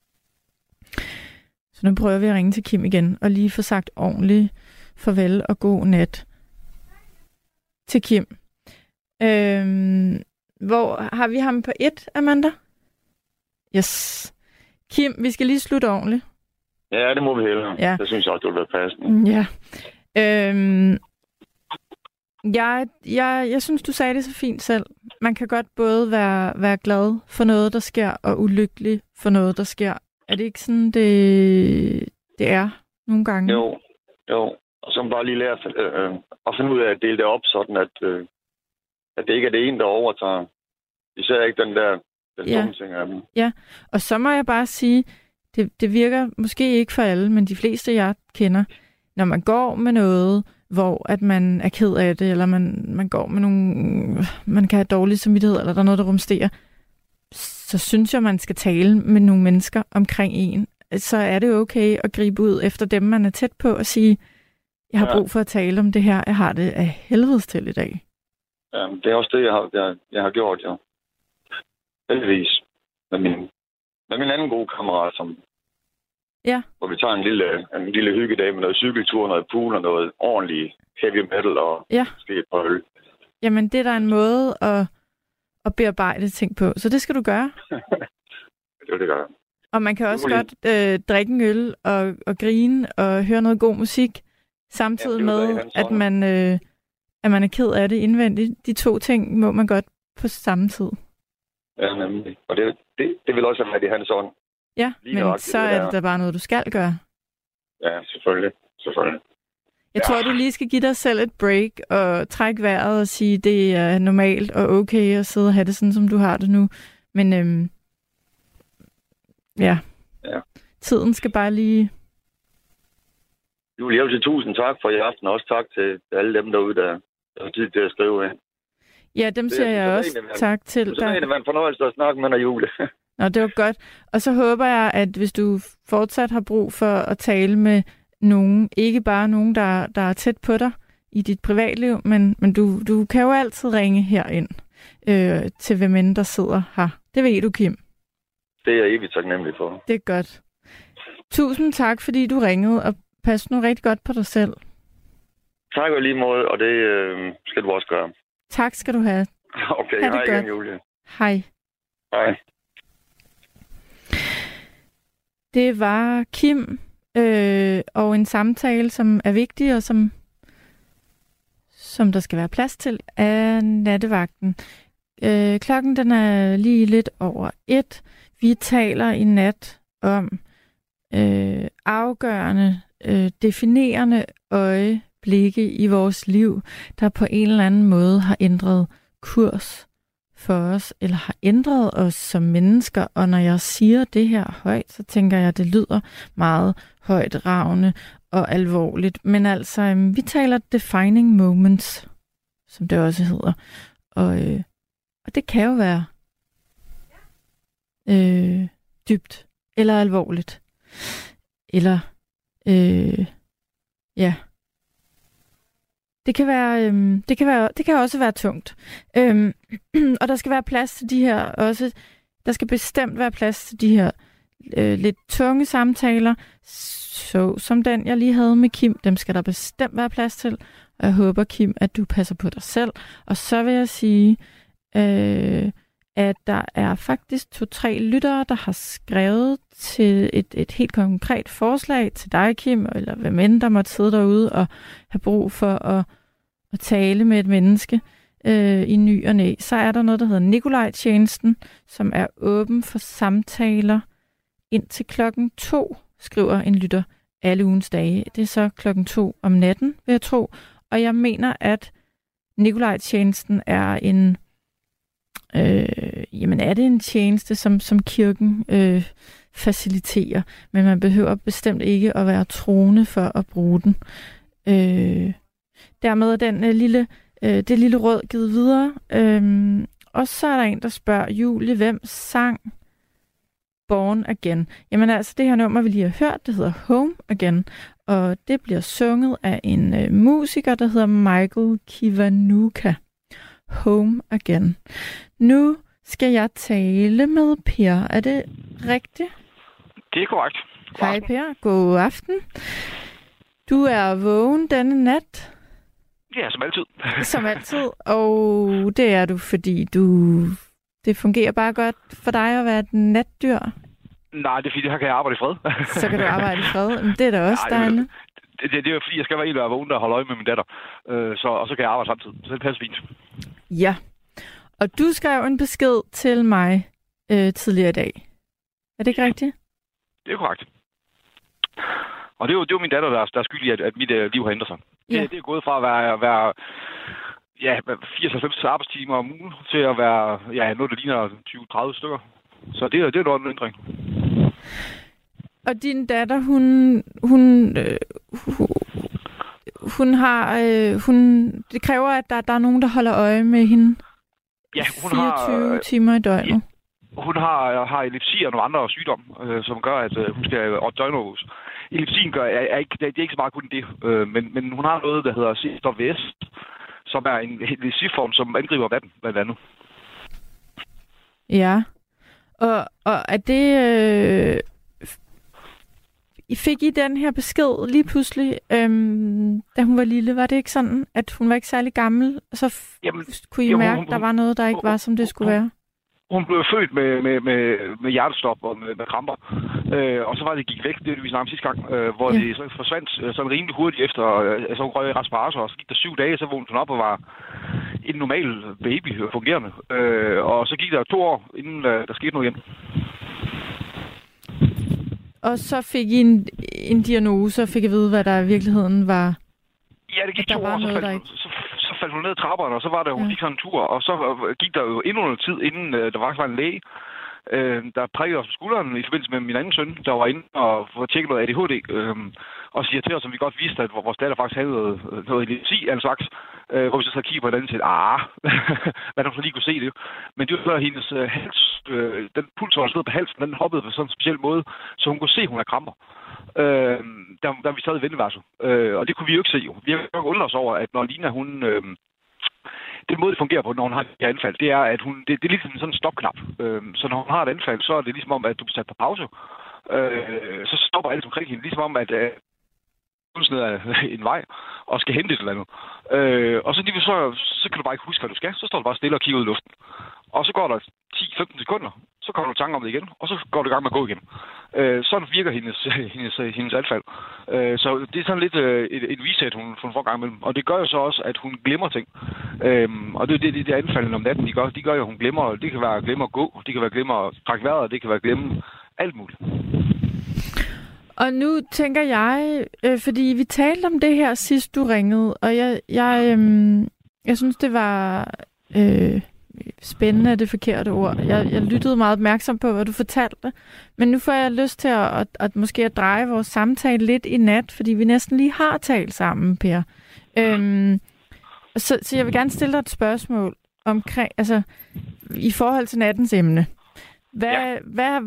Så nu prøver vi at ringe til Kim igen, og lige få sagt ordentligt farvel og god nat til Kim. Øhm, hvor har vi ham på et, Amanda? Yes. Kim, vi skal lige slutte ordentligt. Ja, det må vi hellere. Ja. Det synes jeg også, det vil være passende. Ja. Øhm, jeg, jeg, jeg synes, du sagde det så fint selv. Man kan godt både være, være glad for noget, der sker, og ulykkelig for noget, der sker. Er det ikke sådan, det, det er nogle gange? Jo, jo. Og så bare lige lære øh, at finde ud af at dele det op, sådan at, øh, at det ikke er det ene, der overtager. Især ikke den der den ja. dumme ting af dem. Ja, og så må jeg bare sige, det, det virker måske ikke for alle, men de fleste, jeg kender, når man går med noget, hvor at man er ked af det, eller man, man går med nogle, man kan have dårlig samvittighed, eller der er noget, der rumsterer, så synes jeg, man skal tale med nogle mennesker omkring en. Så er det okay at gribe ud efter dem, man er tæt på, og sige, jeg har ja. brug for at tale om det her, jeg har det af helvedes til i dag. Ja, det er også det, jeg har, jeg, jeg har gjort, ja. Heldigvis. Med min, med min anden gode kammerat, som, ja. hvor vi tager en lille, en lille hyggedag med noget cykeltur, noget pool og noget ordentligt heavy metal og ja. måske et par øl. Jamen, det er der en måde at, at bearbejde ting på, så det skal du gøre. det vil det gøre. Og man kan også godt øh, drikke en øl og, og grine og høre noget god musik, samtidig ja, med, at man, øh, at man er ked af det indvendigt. De to ting må man godt på samme tid. Ja, nemlig. Og det, det, det vil også være i hans ånd. Ja, lige men nok, så det er det da bare noget, du skal gøre. Ja, selvfølgelig. selvfølgelig. Jeg ja. tror, du lige skal give dig selv et break og trække vejret og sige, det er normalt og okay at sidde og have det sådan, som du har det nu. Men øhm, ja. ja, tiden skal bare lige... Julie, jeg vil sige tusind tak for i aften, og også tak til alle dem derude, der, der er tid til at skrive ind. Ja, dem siger jeg også tak til. Så er det en fornøjelse at snakke med dig, Julie. Nå, det var godt. Og så håber jeg, at hvis du fortsat har brug for at tale med nogen, ikke bare nogen, der, der er tæt på dig i dit privatliv, men, men du, du kan jo altid ringe herind øh, til hvem end der sidder her. Det ved du, Kim. Det er jeg evigt taknemmelig for. Det er godt. Tusind tak, fordi du ringede, og pas nu rigtig godt på dig selv. Tak og lige måde, og det øh, skal du også gøre. Tak skal du have. Okay, ha hej igen, Julie. Hej. Hej. Det var Kim, øh, og en samtale, som er vigtig, og som, som der skal være plads til, af nattevagten. Øh, klokken den er lige lidt over et. Vi taler i nat om øh, afgørende, øh, definerende øjeblikke i vores liv, der på en eller anden måde har ændret kurs for os, eller har ændret os som mennesker. Og når jeg siger det her højt, så tænker jeg, at det lyder meget højt ravne og alvorligt. Men altså, øh, vi taler defining moments, som det også hedder. Og, øh, og det kan jo være øh, dybt eller alvorligt. Eller, øh, ja. Det kan være, øh, det kan være, det kan også være tungt. Øh, og der skal være plads til de her også. Der skal bestemt være plads til de her øh, lidt tunge samtaler, så som den jeg lige havde med Kim. Dem skal der bestemt være plads til. Og jeg håber, Kim, at du passer på dig selv. Og så vil jeg sige, øh, at der er faktisk to-tre lyttere, der har skrevet til et, et helt konkret forslag til dig, Kim, eller hvem end der måtte sidde derude og have brug for at, at tale med et menneske øh, i ny og næ. Så er der noget, der hedder Nikolaj-tjenesten, som er åben for samtaler indtil klokken to, skriver en lytter alle ugens dage. Det er så klokken to om natten, vil jeg tro. Og jeg mener, at Nikolaj-tjenesten er en Øh, jamen er det en tjeneste, som, som kirken øh, faciliterer, men man behøver bestemt ikke at være troende for at bruge den. Øh, dermed er den øh, lille, øh, det lille råd givet videre. Øh, og så er der en, der spørger, Julie, hvem sang Born Again? Jamen altså, det her nummer, vi lige har hørt, det hedder Home Again, og det bliver sunget af en øh, musiker, der hedder Michael Kiwanuka. Home Again. Nu skal jeg tale med Per. Er det rigtigt? Det er korrekt. Hej Per, god aften. Du er vågen denne nat? Ja, som altid. Som altid, og det er du, fordi du... Det fungerer bare godt for dig at være et natdyr? Nej, det er fordi, her kan jeg arbejde i fred. Så kan du arbejde i fred? Men det er da også dejligt. Det, det, det er jo fordi, jeg skal være en, der er vågen, der holder øje med min datter. Øh, så, og så kan jeg arbejde samtidig. Så det passer fint. Ja. Og du skrev en besked til mig øh, tidligere i dag. Er det ikke rigtigt? Det er korrekt. Og det er jo, det er jo min datter, der er, der er skyld i, at, at mit øh, liv har ændret sig. Ja. Det, det er gået fra at være, være ja, firs til halvfems arbejdstimer om ugen til at være ja, noget, der ligner tyve til tredive stykker. Så det, det er noget af en ændring. Og din datter, hun, hun, øh, hun, hun har, øh, hun, det kræver, at der, der er nogen, der holder øje med hende ja, hun fireogtyve har, timer i døgnet. Ja, hun har, har epilepsi og nogle andre sygdomme, øh, som gør, at øh, hun skal døgnoves. Epilepsien gør, er, er ikke, det er ikke så meget kun det, øh, men, men hun har noget, der hedder C S V S, som er en epilepsiform, som angriber vand, blandt andet. Ja, og, og er det... Øh Fik I den her besked lige pludselig, øhm, da hun var lille? Var det ikke sådan, at hun var ikke særlig gammel? Og så f- Jamen, kunne I jo, mærke, at der var noget, der ikke var, som det skulle være? Hun blev født med, med, med, med hjertestop og med, med kramper. Øh, og så var det gik væk, det vi snakkede om sidste gang, øh, hvor ja. det så forsvandt sådan rimelig hurtigt efter. Øh, så hun røg i respirator, og så gik der syv dage, så vågnede hun op og var en normal baby, fungerende. Øh, og så gik der to år, inden øh, der skete noget igen. Og så fik I en, en diagnose og fik at vide, hvad der i virkeligheden var. Ja, det gik to år, så faldt, ikke... så, så faldt hun ned ad trapperne, og så var der, hun ja. gik sådan en tur, og så gik der jo endnu noget tid, inden uh, der var en læge, øh, der prikkede os på skulderen i forbindelse med min anden søn, der var inde og få tjekket noget A D H D, øh, og siger til os, som vi godt vidste, at vores datter faktisk havde noget, noget epilepsi af en slags, øh, hvor vi så sad kigge på hinanden og sagde, ah, hvad der så lige kunne se det. Men det var så hendes øh, hals, øh, den puls, der stod på halsen, den hoppede på sådan en speciel måde, så hun kunne se, at hun havde kramper. Øh, der, der vi sad i venteværelset. Øh, og det kunne vi jo ikke se. Jo. Vi har jo undret os over, at når Lina, hun... Øh, den måde, det fungerer på, når hun har et anfald, det er, at hun, det, det er ligesom sådan en stopknap. Øh, så når hun har et anfald, så er det ligesom om, at du bliver sat på pause. Øh, så stopper alt omkring hende. Ligesom om, at øh, hun ned af en vej og skal hente et eller andet. Øh, og så, så, så kan du bare ikke huske, hvad du skal. Så står du bare stille og kigger ud i luften. Og så går der ti til femten sekunder, så kommer du tanke om det igen, og så går du i gang med at gå igen. Øh, sådan virker hendes, hendes, hendes anfald. Øh, så det er sådan lidt øh, et, et reset, hun, hun får gang imellem. Og det gør jo så også, at hun glemmer ting. Øh, og det er det, det, det anfalden om natten, de gør. De gør jo, at hun glemmer. Det kan være at glemme at gå, det kan være at glemme at trække vejret, det kan være at glemme alt muligt. Og nu tænker jeg, øh, fordi vi talte om det her sidst du ringede, og jeg, jeg, øh, jeg synes, det var... Øh, spændende er det forkerte ord. Jeg, jeg lyttede meget opmærksom på, hvad du fortalte. Men nu får jeg lyst til at, at, at måske at dreje vores samtale lidt i nat, fordi vi næsten lige har talt sammen, Per. Øhm, så, så jeg vil gerne stille dig et spørgsmål omkring, altså i forhold til nattens emne. Hvad, ja. hvad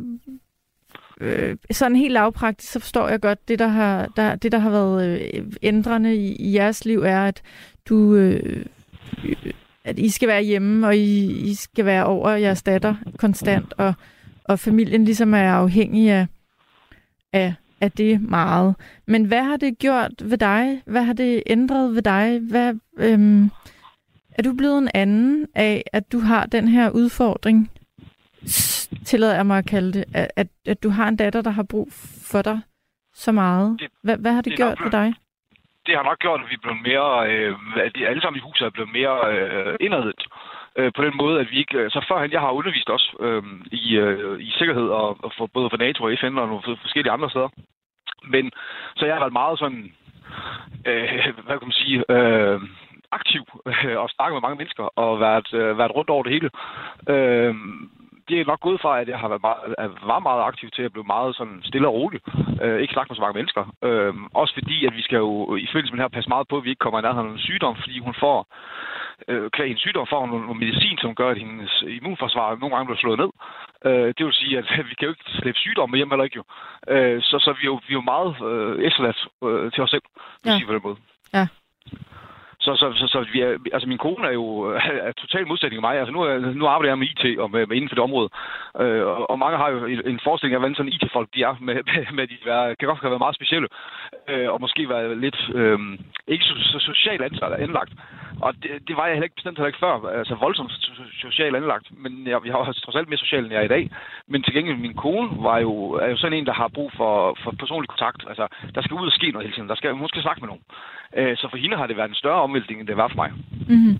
øh, sådan helt lavpraktisk, så forstår jeg godt, det der har, der, det, der har været øh, ændrende i, i jeres liv, er, at du... Øh, at I skal være hjemme, og I, I skal være over jeres datter konstant, og, og familien ligesom er afhængig af, af, af det meget. Men hvad har det gjort ved dig? Hvad har det ændret ved dig? Hvad, øhm, er du blevet en anden af, at du har den her udfordring, tillader jeg mig at kalde det, at, at, at du har en datter, der har brug for dig så meget? Hvad, hvad har det, det gjort ved dig? Det har nok gjort, at vi er blevet mere, øh, at de alle sammen i huset er blevet mere øh, indadvendt. Øh, på den måde, at vi ikke... Så førhen, jeg har undervist også øh, i, øh, i sikkerhed, og, og for, både for NATO og F N og nogle forskellige andre steder. Men så jeg har været meget sådan, øh, hvad kan man sige, øh, aktiv øh, og snakket med mange mennesker og været, øh, været rundt over det hele. Øh, Det er nok gået fra, at jeg har været meget, var meget aktiv til at blive meget sådan stille og rolig. Øh, ikke snakke med så mange mennesker. Øh, også fordi, at vi skal jo i forbindelse med det her passe meget på, at vi ikke kommer i nærheden af en sygdom, fordi hun får, øh, kvæg hendes sygdom, får hun noget medicin, som gør, at hendes immunforsvar nogle gange bliver slået ned. Øh, det vil sige, at vi kan jo ikke slæbe sygdomme hjem heller ikke jo. Øh, så, så vi er jo, vi er jo meget øh, efterladt øh, til os selv, vil ja. sige på den måde. Ja. Så, så, så, så vi er, altså min kone er jo er totalt modsætning af mig. Altså nu, nu arbejder jeg med I T og med, med inden for det område. Øh, og, og mange har jo en forestilling af, hvordan sådan I T-folk de er, med, med, med de være, kan godt have været meget specielle. Øh, og måske være lidt øh, ikke så, så socialt anlagt. Og det, det var jeg heller ikke bestemt heller ikke før. Altså voldsomt socialt anlagt. Men jeg, jeg har trods alt mere social, end jeg er i dag. Men til gengæld, min kone var jo, er jo sådan en, der har brug for, for personlig kontakt. Altså, der skal ud og ske noget hele tiden. Der skal, hun skal snakke med nogen. Øh, så for hende har det været en større omvæltning, end det var for mig. Mm-hmm.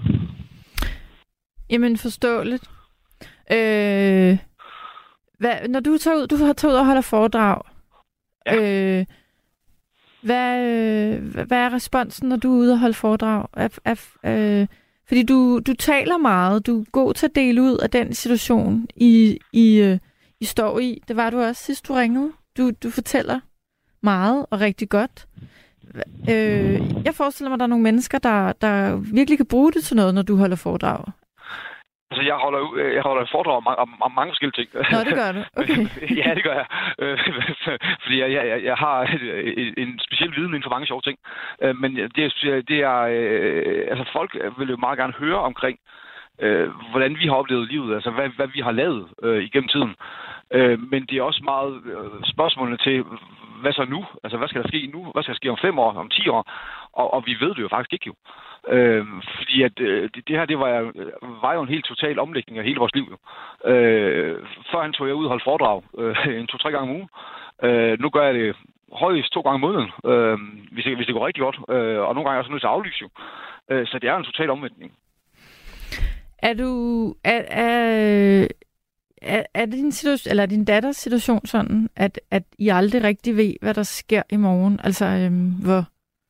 Jamen, forståeligt. Øh, hvad, når du tager ud, du har taget ud og holder foredrag, ja. øh, hvad, øh, hvad er responsen, når du er ude og holde foredrag? Er, er, øh, fordi du, du taler meget, du er god til at dele ud af den situation, I, I, øh, I står i. Det var du også sidst, du ringede. Du, du fortæller meget og rigtig godt. Øh, jeg forestiller mig, at der er nogle mennesker, der, der virkelig kan bruge det til noget, når du holder foredrag. Altså, jeg holder, jeg holder foredrag om, om, om mange forskellige ting. Nå, det gør du. Okay. Ja, det gør jeg. Fordi jeg, jeg, jeg har en speciel viden inden for mange sjove ting. Men det er, det er altså folk vil jo meget gerne høre omkring, hvordan vi har oplevet livet, altså hvad, hvad vi har lavet igennem tiden. Men det er også meget spørgsmålene til, hvad så nu? Altså, hvad skal der ske nu? Hvad skal der ske om fem år, om ti år? Og, og vi ved det jo faktisk ikke jo. Øh, fordi at øh, det, det her, det var, var jo en helt total omlægning af hele vores liv. Øh, førhen tog jeg ud og holdt foredrag øh, en to-tre gange om ugen. Øh, nu gør jeg det højst to gange om måneden, øh, hvis, det, hvis det går rigtig godt. Øh, og nogle gange er jeg også nødt til at aflyse jo. Øh, så det er en total omlægning. Er du... Er, er... Er, er din situation, eller er din datters situation sådan, at, at I aldrig rigtig ved, hvad der sker i morgen? Altså, øhm, hvor,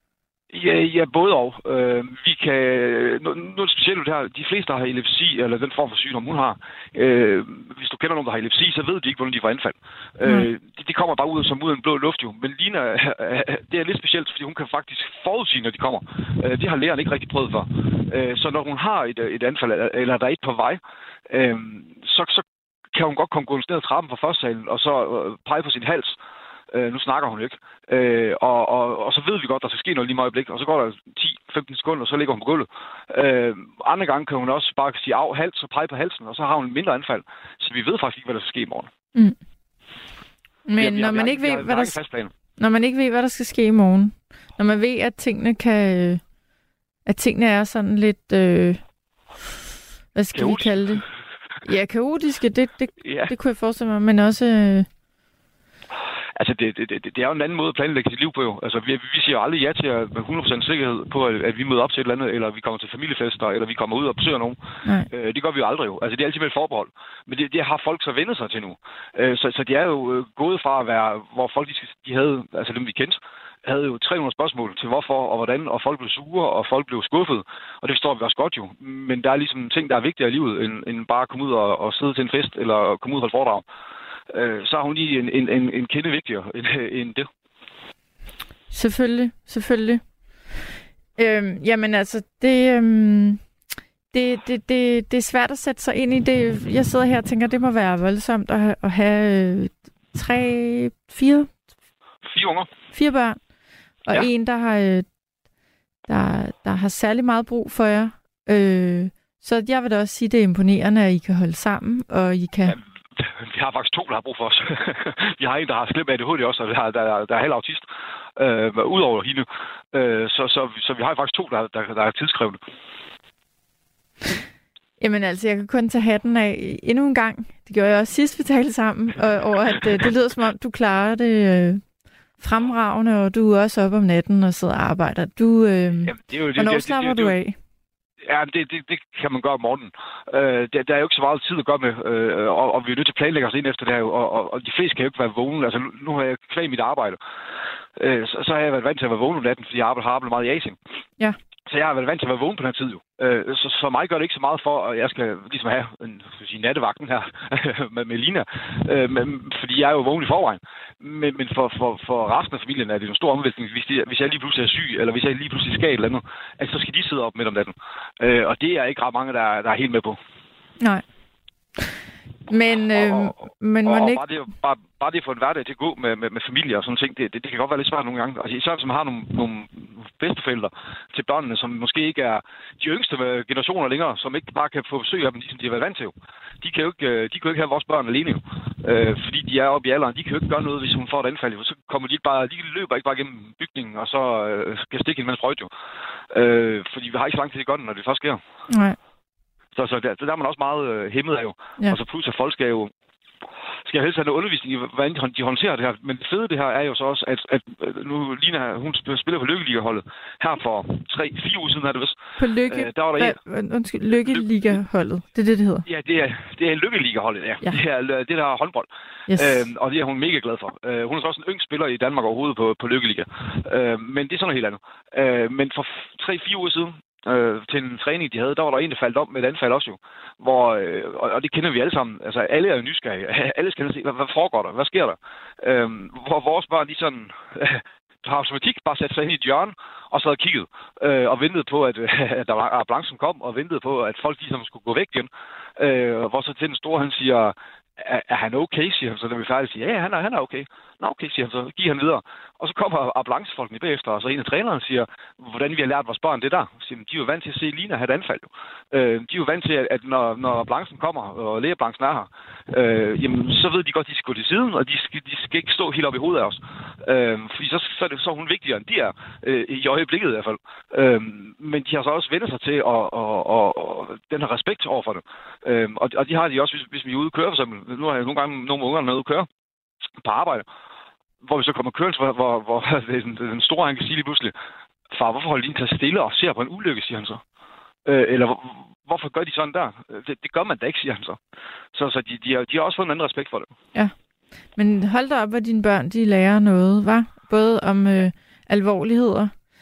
Ja, ja, både og. Øh, vi kan... Nu, nu er det specielt det her. De fleste, der har epilepsi, eller den form for sygdom, hun har, øh, hvis du kender nogen, der har epilepsi, så ved de ikke, hvordan de får anfald. Mm. Øh, de, de kommer bare ud som ud af en blå luft, jo. Men Lina, det er lidt specielt, fordi hun kan faktisk forudsige, når de kommer. Øh, det har lægeren ikke rigtig prøvet for. Øh, så når hun har et, et anfald, eller der er et på vej, øh, så, så kan hun godt komme gå ned ad trappen fra førstesalen, og så øh, pege på sin hals. Øh, nu snakker hun ikke. Øh, og, og, og så ved vi godt, der skal ske noget lige med øjeblik. Og så går der ti til femten sekunder, og så ligger hun på gulvet. Øh, andre gange kan hun også bare sige af, hals og pege på halsen, og så har hun en mindre anfald. Så vi ved faktisk ikke, hvad der skal ske i morgen. Mm. Men ja, når man ikke ved, hvad der når man ikke ved, hvad der skal ske i morgen, når man ved, at tingene kan, at tingene er sådan lidt, øh, hvad skal Kaotisk. vi kalde det? Ja, kaotiske, det, det, ja. det kunne jeg forestille mig, men også... Øh, Altså, det, det, det, det er jo en anden måde at planlægge sit liv på, jo. Altså, vi, vi siger jo aldrig ja til at med hundrede procent sikkerhed på, at, at vi møder op til et eller andet, eller vi kommer til familiefester, eller vi kommer ud og besøger nogen. Øh, det gør vi jo aldrig, jo. Altså, det er altid med et forbehold. Men det, det har folk så vendt sig til nu. Øh, så, så de er jo gået fra at være, hvor folk, de, de havde, altså dem vi kendte, havde jo tre hundrede spørgsmål til hvorfor og hvordan, og folk blev sure, og folk blev skuffet. Og det forstår vi også godt jo. Men der er ligesom ting, der er vigtigere i livet, end, end bare at komme ud og, og sidde til en fest, eller komme ud og holde foredrag. Så har hun lige en, en, en, en kende vigtigere end, end det. Selvfølgelig, selvfølgelig. Øhm, jamen altså, det, øhm, det, det, det, det er svært at sætte sig ind i det. Jeg sidder her og tænker, det må være voldsomt at have, at have øh, tre, fire? Fire unger. Fire børn. Og ja. en, der har, øh, der, der har særlig meget brug for jer. Øh, så jeg vil da også sige, det er imponerende, at I kan holde sammen, og I kan... Ja. Vi har faktisk to, der har brug for os. Vi har en, der har slip A D H D også, og der, der, der er halv autist, øh, udover hende. Øh, så, så, så vi har faktisk to, der, der, der er tidskrævende. Jamen altså, jeg kan kun tage hatten af endnu en gang. Det gjorde jeg også sidst, vi talte sammen, og, over at øh, det lyder som om, du klarer det øh, fremragende, og du er også op om natten og sidder og arbejder. Du, øh, Jamen, det er jo, det, hvornår det, slapper det, det, det, du af? Ja, det, det, det kan man gøre om morgenen. Øh, der, der er jo ikke så meget tid at gøre med, øh, og, og vi er nødt til at planlægge os ind efter det her, og, og, og de fleste kan jo ikke være vågne. Altså, nu, nu har jeg kvæg mit arbejde. Øh, så, så har jeg været vant til at være vågen om natten, fordi jeg har arbejdet meget i Asien. Ja. Så jeg har været vant til at være vågen på den her tid jo. Øh, så for mig gør det ikke så meget for, at jeg skal ligesom have en, skal sige, nattevagten her med, med Lina. Øh, men, fordi jeg er jo vågen i forvejen. Men, men for, for, for resten af familien er det en stor omvæltning, hvis, de, hvis jeg lige pludselig er syg, eller hvis jeg lige pludselig skal et eller andet, altså, så skal de sidde op midt om natten. Øh, og det er ikke ret mange, der, der er helt med på. Nej. Men, øh, og, og, men og, man og ikke... bare, det, bare, bare det for en hverdag til at gå med, med, med familie og sådan ting, det, det, det kan godt være lidt svært nogle gange. Altså især hvis man har nogle, nogle bedsteforældre til børnene, som måske ikke er de yngste generationer længere, som ikke bare kan få besøg af dem, ligesom de har været vant til. De kan jo ikke, de kan jo ikke have vores børn alene, øh, fordi de er oppe i alderen. De kan jo ikke gøre noget, hvis hun får et anfald. Så kommer de ikke bare, de løber ikke bare gennem bygningen, og så øh, kan stikke hende med en sprøjt jo. Øh, fordi vi har ikke så lang tid til at gøre det, når det først sker. Nej. Så, så, der, så der er man også meget øh, hæmmet af jo. Ja. Og så pludselig folk skal jo skal jeg helst have noget undervisning i, hvordan de håndterer det her. Men det fede det her er jo så også, at, at nu Lina, hun spiller på Lykkeliga-holdet her for tre, fire uger siden, er det vist. På Lykke? Øh, der var der en... Undskyld, Lykkeliga-holdet. Det er det, det hedder? Ja, det er, det er Lykkeliga-holdet, ja. ja. Det er det der er håndbold. Yes. Øhm, og det er hun mega glad for. Øh, hun er så også en yng spiller i Danmark overhovedet på, på Lykkeliga. Øh, men det er sådan noget helt andet. Øh, men for tre, fire uger siden, Øh, til en træning, de havde, der var der en, der faldt om med et anfald også jo. Hvor, øh, og, og det kender vi alle sammen. Altså, alle er jo nysgerrige. Alle skal se, hvad, hvad foregår der? Hvad sker der? Øh, hvor vores børn, de sådan... Øh, har automatik bare sat sig ind i et hjørne, og så havde kigget øh, og ventede på, at, at der var ambulancen kom, og ventede på, at folk ligesom skulle gå væk igen. Øh, hvor så til den store, han siger, er, er han okay, siger han så, da vi færdige siger, ja, han er, han er okay. Nå, okay, siger han så, giv han videre. Og så kommer ambulancefolkene bagefter, og så en af trænerne siger, hvordan vi har lært vores børn det der. Siger, de er jo vant til at se Lina have et anfald. Jo. Øh, de er jo vant til, at, at når, når ambulancen kommer, og lægeambulancen er her, øh, jamen, så ved de godt, at de skal gå til siden, og de skal, de skal ikke stå helt op i hovedet af os. Øh, fordi så, så, er det, så er hun vigtigere, end de er, øh, i øjeblikket i hvert fald. Øh, men de har så også vendt sig til at, og, og, og, den her respekt over for det. Øh, og, og de har de også, hvis, hvis vi er ude at køre, for eksempel. Nu har jeg nogle gange nogle unger med ude at køre på arbejde, hvor vi så kommer kørende, hvor, hvor, hvor den, den store, han kan sige lige pludselig, far, hvorfor holder de ikke stille og ser på en ulykke, siger han så. Øh, eller hvor, hvorfor gør de sådan der? Det, det gør man da ikke, siger han så. Så, så de, de, har, de har også fået en anden respekt for det. Ja, men hold da op, at dine børn, de lærer noget, hva'? Både om øh, alvorligheder,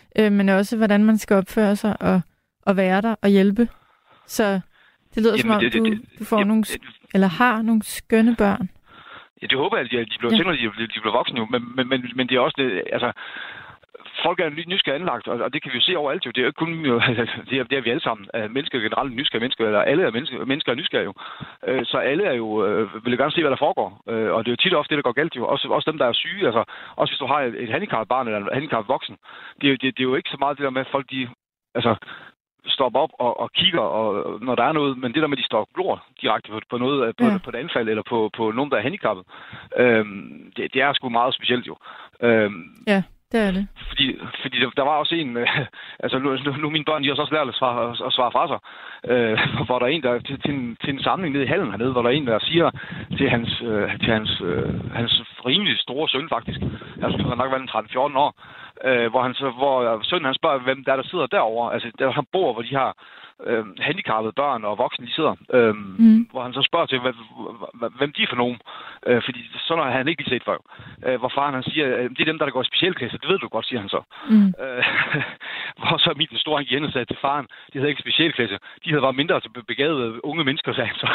øh, men også hvordan man skal opføre sig og, og være der og hjælpe. Så det lyder Jamen, som om, det, det, du, du får jamen, nogle, eller har nogle skønne børn. Ja, det håber jeg, at de, de bliver ja. senere, de, de bliver voksne jo, men, men, men, men det er også det, altså, folk er nysgerrige anlagt, og, og det kan vi jo se overalt jo. Det er jo ikke kun, jo, det, er, det er vi alle sammen. Mennesker er generelt nysgerrige mennesker, eller alle er mennesker, mennesker er nysgerrige jo. Så alle er jo, vil gerne se, hvad der foregår. Og det er jo tit ofte det, der går galt jo. Også, også dem, der er syge, altså, også hvis du har et handicappet barn eller en handicappet voksen. Det er, det, det er jo ikke så meget det der med, at folk de, altså, stopper op og, og kigger, og, når der er noget, men det der med, at de står og glor direkte på, på noget, på, ja. på et anfald, eller på, på nogen, der er handicappet, øhm, det, det er sgu meget specielt jo. Øhm, ja. Det er det. Fordi, fordi der var også en, øh, altså nu, nu, nu mine børn, de har så også lært at svare, at svare fra sig, øh, hvor der er en, der til, til, en, til en samling nede i hallen hernede, hvor der er en, der siger til hans, øh, til hans, øh, hans rimelig store søn faktisk, altså han har nok været tretten fjorten år, øh, hvor, han så, hvor sønnen han spørger, hvem der, der sidder derovre, altså der han bor, hvor de har øh, handicappede børn og voksne, de sidder, øh, mm. hvor han så spørger til, hvem de er for nogen, øh, fordi sådan har han ikke lige set før. Øh, hvor faren han siger, øh, det er dem, der, der går i specialklasse, det ved du godt, siger han så. Mm. Øh, hvor så min store han igen og sagde til faren, de havde ikke specialklasse, de havde bare mindre til begavede unge mennesker, sagde han så.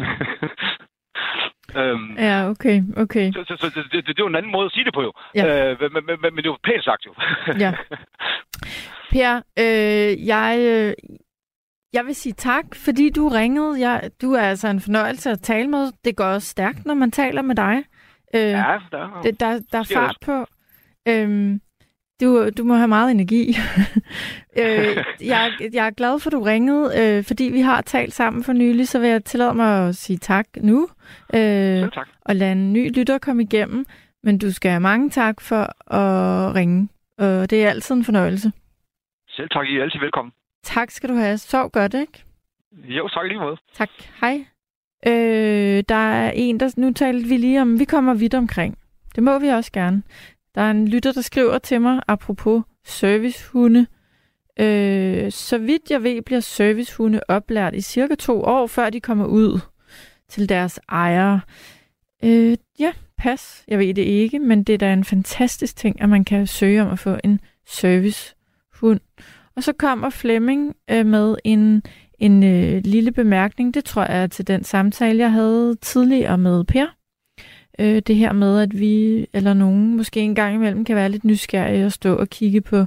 øhm, ja, okay, okay. Så, så, så det, det, det er jo en anden måde at sige det på jo. Ja. Øh, men, men, men det er jo pænt sagt jo. ja. Per, øh, jeg... Øh, Jeg vil sige tak, fordi du ringede. Jeg, du er altså en fornøjelse at tale med. Det går også stærkt, når man taler med dig. Øh, ja, der, det, der, der er fart på. Øh, du, du må have meget energi. øh, jeg, jeg er glad for, at du ringede, øh, fordi vi har talt sammen for nylig, så vil jeg tillade mig at sige tak nu. Øh, tak. Og lade en ny lytter komme igennem. Men du skal have mange tak for at ringe. Og det er altid en fornøjelse. Selv tak, I er altid velkommen. Tak skal du have. Sov godt, ikke? Jo, tak lige måde. Tak. Hej. Øh, der er en, der... Nu talte vi lige om, vi kommer vidt omkring. Det må vi også gerne. Der er en lytter, der skriver til mig, apropos servicehunde. Øh, så vidt jeg ved, bliver servicehunde oplært i cirka to år, før de kommer ud til deres ejere. Øh, ja, pas. Jeg ved det ikke, men det er da en fantastisk ting, at man kan søge om at få en servicehund. Og så kommer Flemming øh, med en, en øh, lille bemærkning. Det tror jeg er til den samtale, jeg havde tidligere med Per. Øh, det her med, at vi, eller nogen, måske en gang imellem, kan være lidt nysgerrige og stå og kigge på,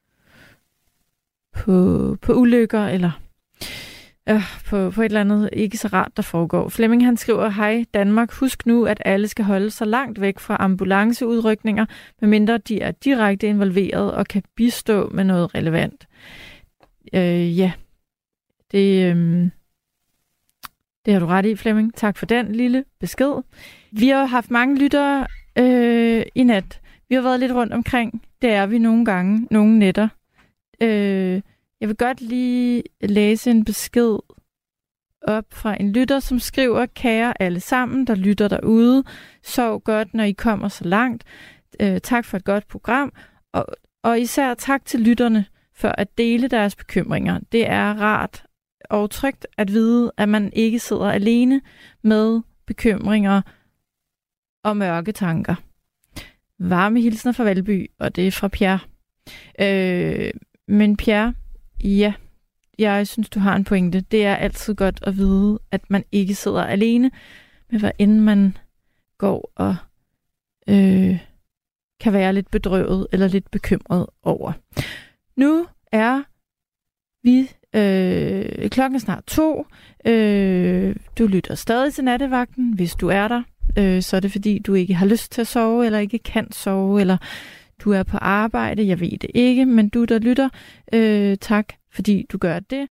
på, på ulykker, eller øh, på, på et eller andet ikke så rart, der foregår. Flemming han skriver, hej Danmark, husk nu, at alle skal holde sig langt væk fra ambulanceudrykninger, medmindre de er direkte involveret og kan bistå med noget relevant. Øh, ja, det, øh, det har du ret i, Flemming. Tak for den lille besked. Vi har haft mange lyttere øh, i nat. Vi har været lidt rundt omkring. Det er vi nogle gange, nogle nætter. Øh, jeg vil godt lige læse en besked op fra en lytter, som skriver, kære alle sammen, der lytter derude. Sov godt, når I kommer så langt. Øh, tak for et godt program. Og, og især tak til lytterne for at dele deres bekymringer. Det er rart og trygt at vide, at man ikke sidder alene med bekymringer og mørke tanker. Varme hilsner fra Valby, og det er fra Pierre. Øh, men Pierre, ja, jeg synes, du har en pointe. Det er altid godt at vide, at man ikke sidder alene med, hvad end man går og øh, kan være lidt bedrøvet eller lidt bekymret over. Nu er vi øh, klokken snart to. Øh, du lytter stadig til nattevagten. Hvis du er der, øh, så er det fordi, du ikke har lyst til at sove, eller ikke kan sove, eller du er på arbejde. Jeg ved det ikke, men du, der lytter, øh, tak fordi du gør det.